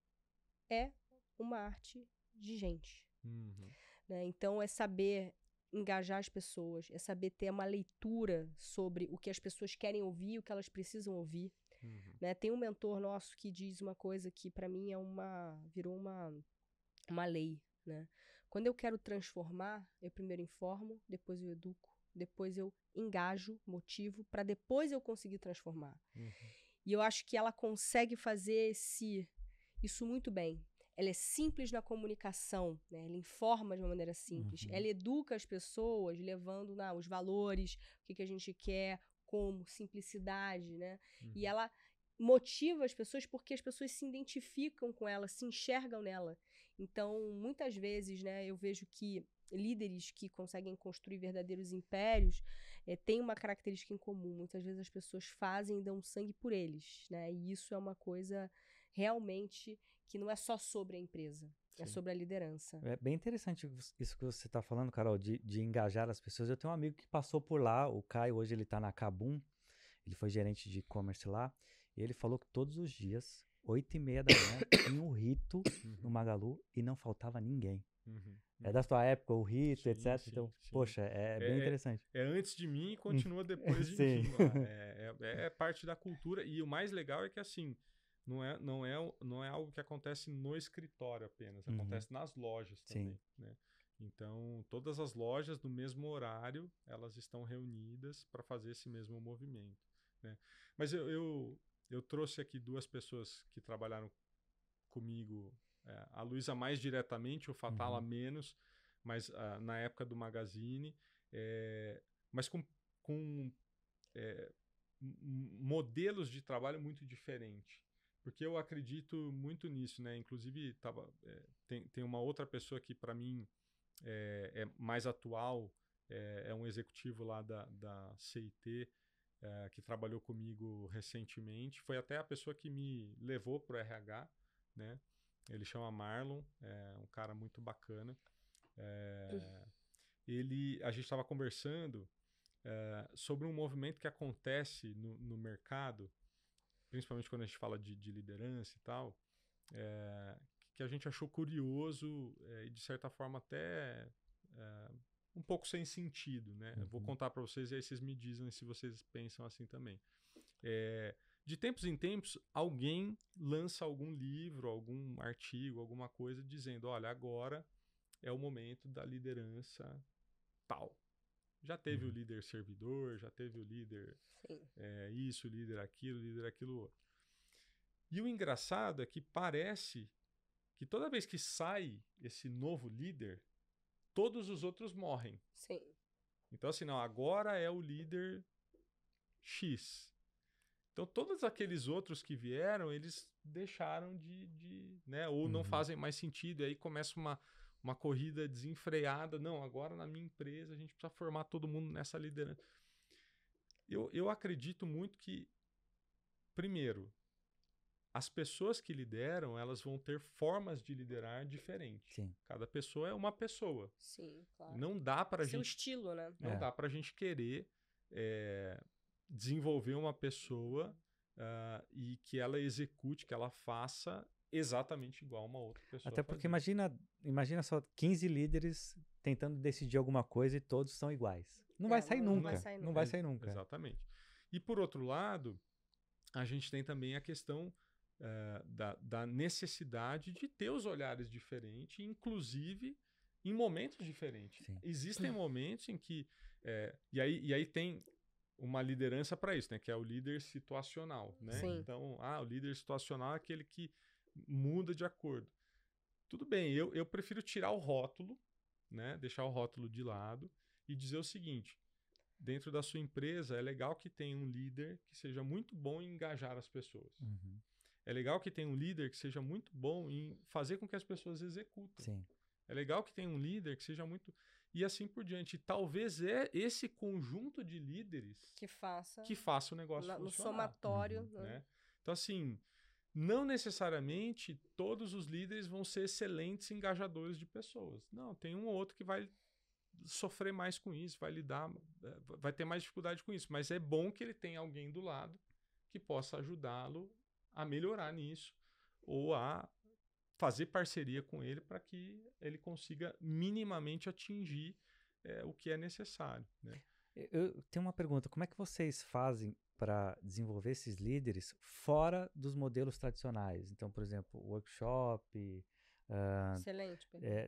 é uma arte de gente. Né? Então, é saber engajar as pessoas, é saber ter uma leitura sobre o que as pessoas querem ouvir, o que elas precisam ouvir. Né? Tem um mentor nosso que diz uma coisa que, para mim, virou uma lei. Né? Quando eu quero transformar, eu primeiro informo, depois eu educo, depois eu engajo, motivo, para depois eu conseguir transformar. E eu acho que ela consegue fazer isso muito bem. Ela é simples na comunicação, né? Ela informa de uma maneira simples. Ela educa as pessoas, levando os valores, o que a gente quer, como simplicidade, né? E ela motiva as pessoas porque as pessoas se identificam com ela, se enxergam nela. Então, muitas vezes, né, eu vejo que líderes que conseguem construir verdadeiros impérios têm uma característica em comum. Muitas vezes as pessoas fazem e dão sangue por eles, né? E isso é uma coisa realmente que não é só sobre a empresa, é sobre a liderança. É bem interessante isso que você está falando, Carol, de engajar as pessoas. Eu tenho um amigo que passou por lá, o Caio, hoje ele está na Kabum, ele foi gerente de e-commerce lá, e ele falou que todos os dias, 8h30 da manhã, tinha um rito no Magalu e não faltava ninguém. É da sua época, o rito, etc. Então, poxa, é bem interessante. É antes de mim e continua depois de mim. É parte da cultura. E o mais legal é que, assim, não é algo que acontece no escritório apenas. Acontece nas lojas também. Né? Então, todas as lojas, no mesmo horário, elas estão reunidas para fazer esse mesmo movimento. Né? Mas eu trouxe aqui duas pessoas que trabalharam comigo, a Luísa mais diretamente, o Fatala menos, mas na época do Magazine, mas com modelos de trabalho muito diferentes. Porque eu acredito muito nisso, né? Inclusive, tem uma outra pessoa que, para mim, é mais atual, é um executivo lá da CIT, que trabalhou comigo recentemente. Foi até a pessoa que me levou para o RH, né? Ele chama Marlon, é um cara muito bacana. A gente estava conversando sobre um movimento que acontece no mercado, principalmente quando a gente fala de liderança e tal, que a gente achou curioso e, de certa forma, até um pouco sem sentido. Né? Eu vou contar para vocês e aí vocês me dizem se vocês pensam assim também. De tempos em tempos, alguém lança algum livro, algum artigo, alguma coisa dizendo, olha, agora é o momento da liderança tal. Já teve o líder servidor, já teve o líder isso, líder aquilo outro. E o engraçado é que parece que toda vez que sai esse novo líder, todos os outros morrem. Sim. Então, assim, não, agora é o líder X. Então, todos aqueles outros que vieram, eles deixaram né, ou não fazem mais sentido. E aí começa uma corrida desenfreada. Não, agora na minha empresa a gente precisa formar todo mundo nessa liderança. Eu acredito muito que, primeiro, as pessoas que lideram, elas vão ter formas de liderar diferentes. Sim. Cada pessoa é uma pessoa. Sim, claro. Não dá pra Seu gente... estilo, né? Não dá pra gente querer desenvolver uma pessoa e que ela execute, que ela faça exatamente igual uma outra pessoa. Até porque fazendo. imagina só 15 líderes tentando decidir alguma coisa e todos são iguais. Não vai sair não nunca. vai sair Não vai sair nunca. Exatamente. E por outro lado, a gente tem também a questão da necessidade de ter os olhares diferentes, inclusive em momentos diferentes. Sim. Existem momentos em que... e aí tem uma liderança para isso, né? Que é o líder situacional. Né? Sim. Então, o líder situacional é aquele que muda de acordo. Tudo bem, eu prefiro tirar o rótulo, né? Deixar o rótulo de lado e dizer o seguinte: dentro da sua empresa, é legal que tenha um líder que seja muito bom em engajar as pessoas. Uhum. É legal que tenha um líder que seja muito bom em fazer com que as pessoas executem. Sim. É legal que tenha um líder que seja muito... E assim por diante. E talvez esse conjunto de líderes que faça o negócio no funcionar. somatório. Né? Então, assim, não necessariamente todos os líderes vão ser excelentes engajadores de pessoas. Não, tem um ou outro que vai sofrer mais com isso, vai ter mais dificuldade com isso. Mas é bom que ele tenha alguém do lado que possa ajudá-lo a melhorar nisso ou a fazer parceria com ele para que ele consiga minimamente atingir o que é necessário. Né? Eu tenho uma pergunta. Como é que vocês fazem para desenvolver esses líderes fora dos modelos tradicionais? Então, por exemplo, workshop, Excelente.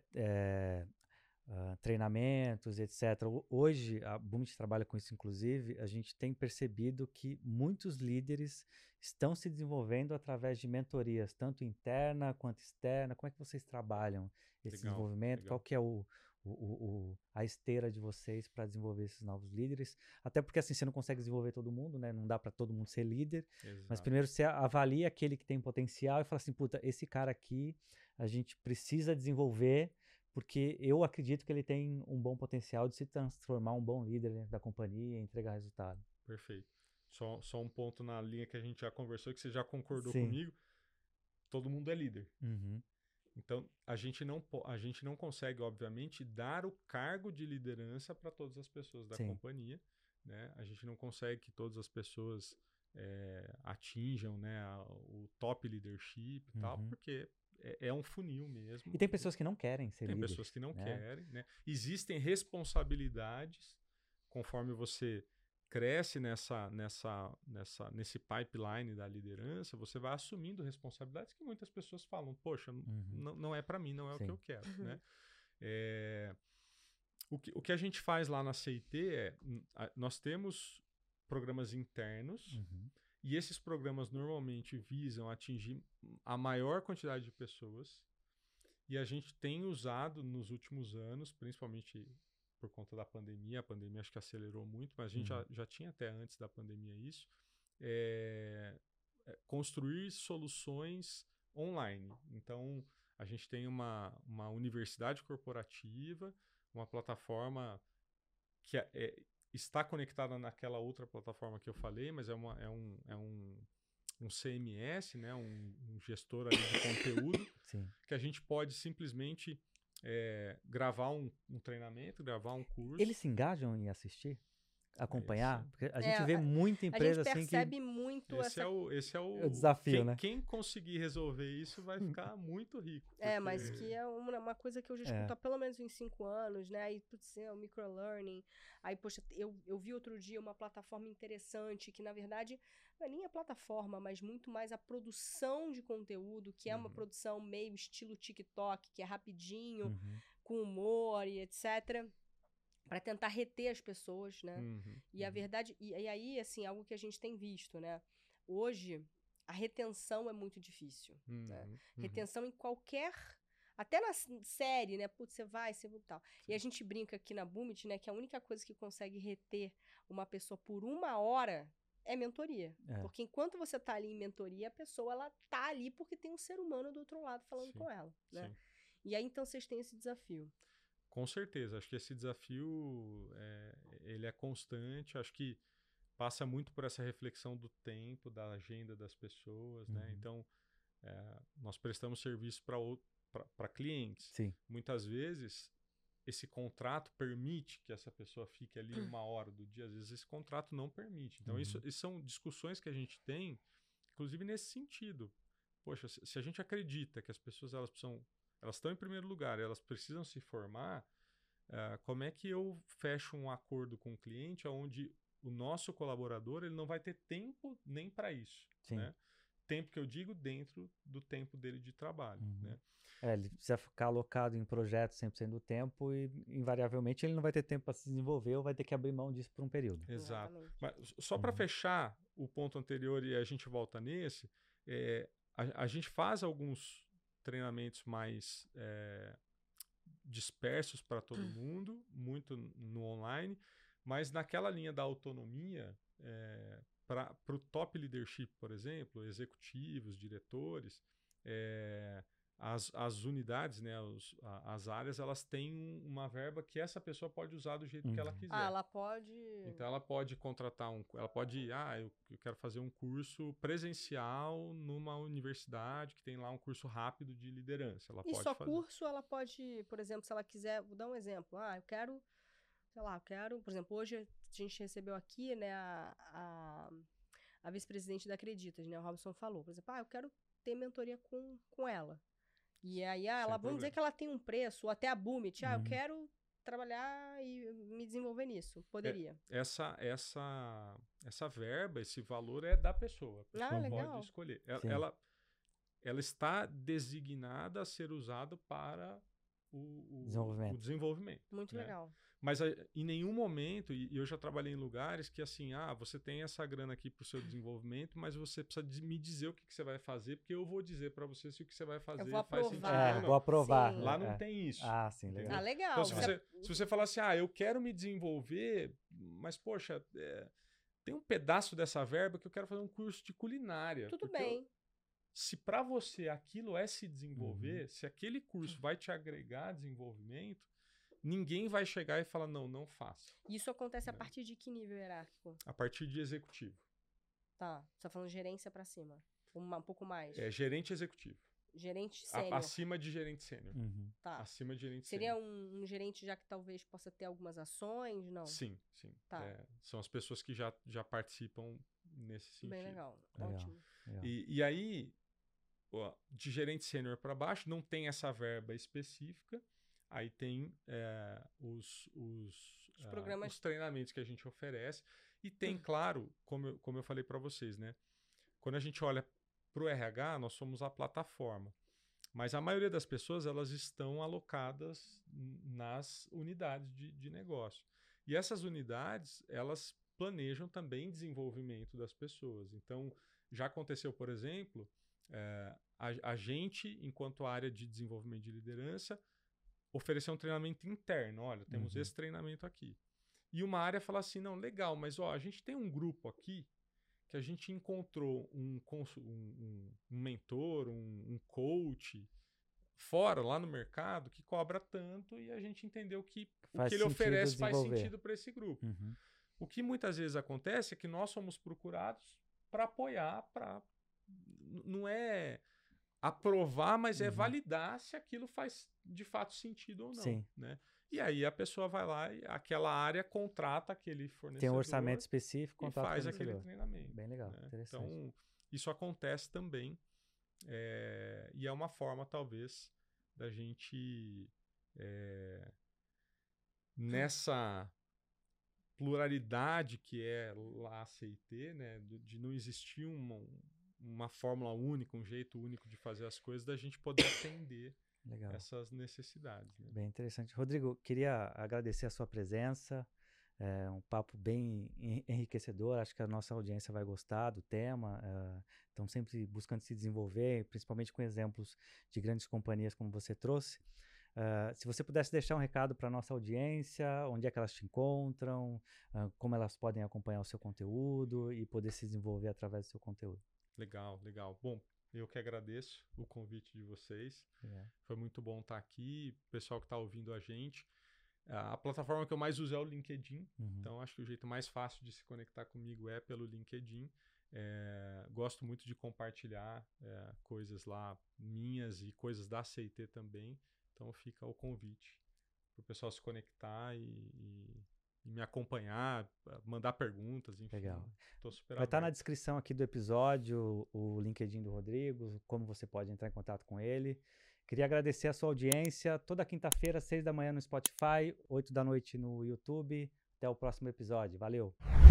treinamentos, etc. Hoje, a Bumit trabalha com isso, inclusive, a gente tem percebido que muitos líderes estão se desenvolvendo através de mentorias, tanto interna quanto externa. Como é que vocês trabalham esse desenvolvimento? Legal. Qual que é a esteira de vocês para desenvolver esses novos líderes? Até porque assim, você não consegue desenvolver todo mundo, né? Não dá para todo mundo ser líder. Exato. Mas primeiro você avalia aquele que tem potencial e fala assim, puta, esse cara aqui a gente precisa desenvolver porque eu acredito que ele tem um bom potencial de se transformar um bom líder dentro da companhia e entregar resultado. Perfeito. Só um ponto na linha que a gente já conversou, que você já concordou Sim. comigo. Todo mundo é líder. Uhum. Então, a gente não consegue, obviamente, dar o cargo de liderança para todas as pessoas da Sim. companhia. Né? A gente não consegue que todas as pessoas atinjam, né, o top leadership e tal, porque é um funil mesmo. E tem pessoas que não querem ser líderes. Tem pessoas que não querem. Né? Existem responsabilidades conforme você cresce nesse pipeline da liderança, você vai assumindo responsabilidades que muitas pessoas falam, poxa, não é para mim, não é Sim. o que eu quero. Né? O que a gente faz lá na CIT nós temos programas internos e esses programas normalmente visam atingir a maior quantidade de pessoas e a gente tem usado nos últimos anos, principalmente por conta da pandemia, a pandemia acho que acelerou muito, mas a gente já tinha até antes da pandemia isso, construir soluções online. Então, a gente tem uma universidade corporativa, uma plataforma que está conectada naquela outra plataforma que eu falei, mas é um CMS, né? um gestor ali de conteúdo, Sim. que a gente pode simplesmente gravar um treinamento, gravar um curso. Eles se engajam em assistir? Acompanhar? Porque a gente vê a muita empresa assim que... A gente percebe muito esse é o desafio, né? Quem conseguir resolver isso vai ficar muito rico. Porque... mas que é uma coisa que eu já escuto há pelo menos uns 5 anos, né? Aí, putz, o microlearning. Aí, poxa, eu vi outro dia uma plataforma interessante que, na verdade, não é nem a plataforma, mas muito mais a produção de conteúdo, que é uma produção meio estilo TikTok, que é rapidinho, com humor e etc., para tentar reter as pessoas, né? E a verdade... E aí, assim, algo que a gente tem visto, né? Hoje, a retenção é muito difícil, né? Retenção em qualquer... Até na série, né? Putz, você vai tal. E a gente brinca aqui na Bumit, né? Que a única coisa que consegue reter uma pessoa por 1 hora é mentoria. Porque enquanto você tá ali em mentoria, a pessoa, ela tá ali porque tem um ser humano do outro lado falando com ela, né? Sim. E aí, então, vocês têm esse desafio. Com certeza, acho que esse desafio ele é constante, acho que passa muito por essa reflexão do tempo, da agenda das pessoas, né? Então, nós prestamos serviço para clientes. Sim. Muitas vezes, esse contrato permite que essa pessoa fique ali 1 hora do dia, às vezes esse contrato não permite. Então, isso são discussões que a gente tem, inclusive nesse sentido. poxa, se a gente acredita que as pessoas elas estão em primeiro lugar, elas precisam se formar, como é que eu fecho um acordo com o cliente onde o nosso colaborador ele não vai ter tempo nem para isso, Sim. né? Tempo que eu digo dentro do tempo dele de trabalho, né? Ele precisa ficar alocado em projetos 100% do tempo e, invariavelmente, ele não vai ter tempo para se desenvolver ou vai ter que abrir mão disso por um período. Exato. Mas só para fechar o ponto anterior e a gente volta nesse, a gente faz alguns treinamentos mais dispersos para todo mundo, muito no online, mas naquela linha da autonomia, para o top leadership, por exemplo, executivos, diretores, as unidades, né, as áreas, elas têm uma verba que essa pessoa pode usar do jeito que ela quiser. Ela pode... Então, ela pode contratar ela pode, eu quero fazer um curso presencial numa universidade que tem lá um curso rápido de liderança. Ela pode fazer. Curso, ela pode, por exemplo, se ela quiser, vou dar um exemplo. Eu quero, sei lá, por exemplo, hoje a gente recebeu aqui, né, a vice-presidente da Acreditas, né, o Robson falou, por exemplo, eu quero ter mentoria com ela. E aí, vamos dizer que ela tem um preço, ou até a Boomit, eu quero trabalhar e me desenvolver nisso. Poderia. Essa verba, esse valor é da pessoa. A pessoa legal. pode escolher. Ela está designada a ser usada para o desenvolvimento. Muito legal. Mas em nenhum momento, e eu já trabalhei em lugares que assim, você tem essa grana aqui para o seu desenvolvimento, mas você precisa me dizer o que você vai fazer, porque eu vou dizer para você se o que você vai fazer faz sentido ou não. Vou aprovar. Sim. Lá não tem isso. Sim, legal. Legal. Então, se você falar assim, eu quero me desenvolver, mas, poxa, tem um pedaço dessa verba que eu quero fazer um curso de culinária. Tudo bem. Se para você aquilo é se desenvolver, se aquele curso vai te agregar desenvolvimento, ninguém vai chegar e falar, não faça. Isso acontece a partir de que nível hierárquico? A partir de executivo. Tá, você tá falando gerência para cima. Um pouco mais. Gerente executivo. Gerente sênior. Acima de gerente sênior. Tá. Acima de gerente Seria sênior. Um gerente já que talvez possa ter algumas ações, não? Sim. Tá. São as pessoas que já participam nesse sentido. Bem legal. Ótimo. E aí, de gerente sênior para baixo, não tem essa verba específica. Aí tem os programas, os treinamentos que a gente oferece. E tem, claro, como eu falei para vocês, né? Quando a gente olha para o RH, nós somos a plataforma. Mas a maioria das pessoas, elas estão alocadas nas unidades de negócio. E essas unidades, elas planejam também desenvolvimento das pessoas. Então, já aconteceu, por exemplo, a gente, enquanto área de desenvolvimento de liderança, oferecer um treinamento interno. Olha, temos esse treinamento aqui. E uma área fala assim, não, legal, mas a gente tem um grupo aqui que a gente encontrou um mentor, um coach fora, lá no mercado, que cobra tanto e a gente entendeu que o que ele oferece faz sentido para esse grupo. O que muitas vezes acontece é que nós somos procurados para apoiar, não é aprovar, mas é validar se aquilo faz de fato sentido ou não. Sim. Né? E aí a pessoa vai lá e aquela área contrata aquele fornecedor. Tem um orçamento específico, e faz aquele treinamento. Bem legal, né? interessante. Então, isso acontece também. E é uma forma, talvez, da gente, nessa pluralidade que é lá a CIT, né? De não existir uma fórmula única, um jeito único de fazer as coisas, da gente poder atender essas necessidades. Né? Bem interessante. Rodrigo, queria agradecer a sua presença, um papo bem enriquecedor, acho que a nossa audiência vai gostar do tema, estão sempre buscando se desenvolver, principalmente com exemplos de grandes companhias como você trouxe. Se você pudesse deixar um recado para a nossa audiência, onde é que elas te encontram, como elas podem acompanhar o seu conteúdo e poder se desenvolver através do seu conteúdo. Legal. Bom, eu que agradeço o convite de vocês. Foi muito bom estar aqui. O pessoal que está ouvindo a gente. A plataforma que eu mais uso é o LinkedIn. Então, acho que o jeito mais fácil de se conectar comigo é pelo LinkedIn. Gosto muito de compartilhar coisas lá minhas e coisas da CIT também. Então, fica o convite para o pessoal se conectar e me acompanhar, mandar perguntas, enfim. Legal. Tô super Vai estar na aberto. descrição aqui do episódio o LinkedIn do Rodrigo, como você pode entrar em contato com ele. Queria agradecer a sua audiência. Toda quinta-feira, 6 da manhã no Spotify, 8 da noite no YouTube. Até o próximo episódio. Valeu!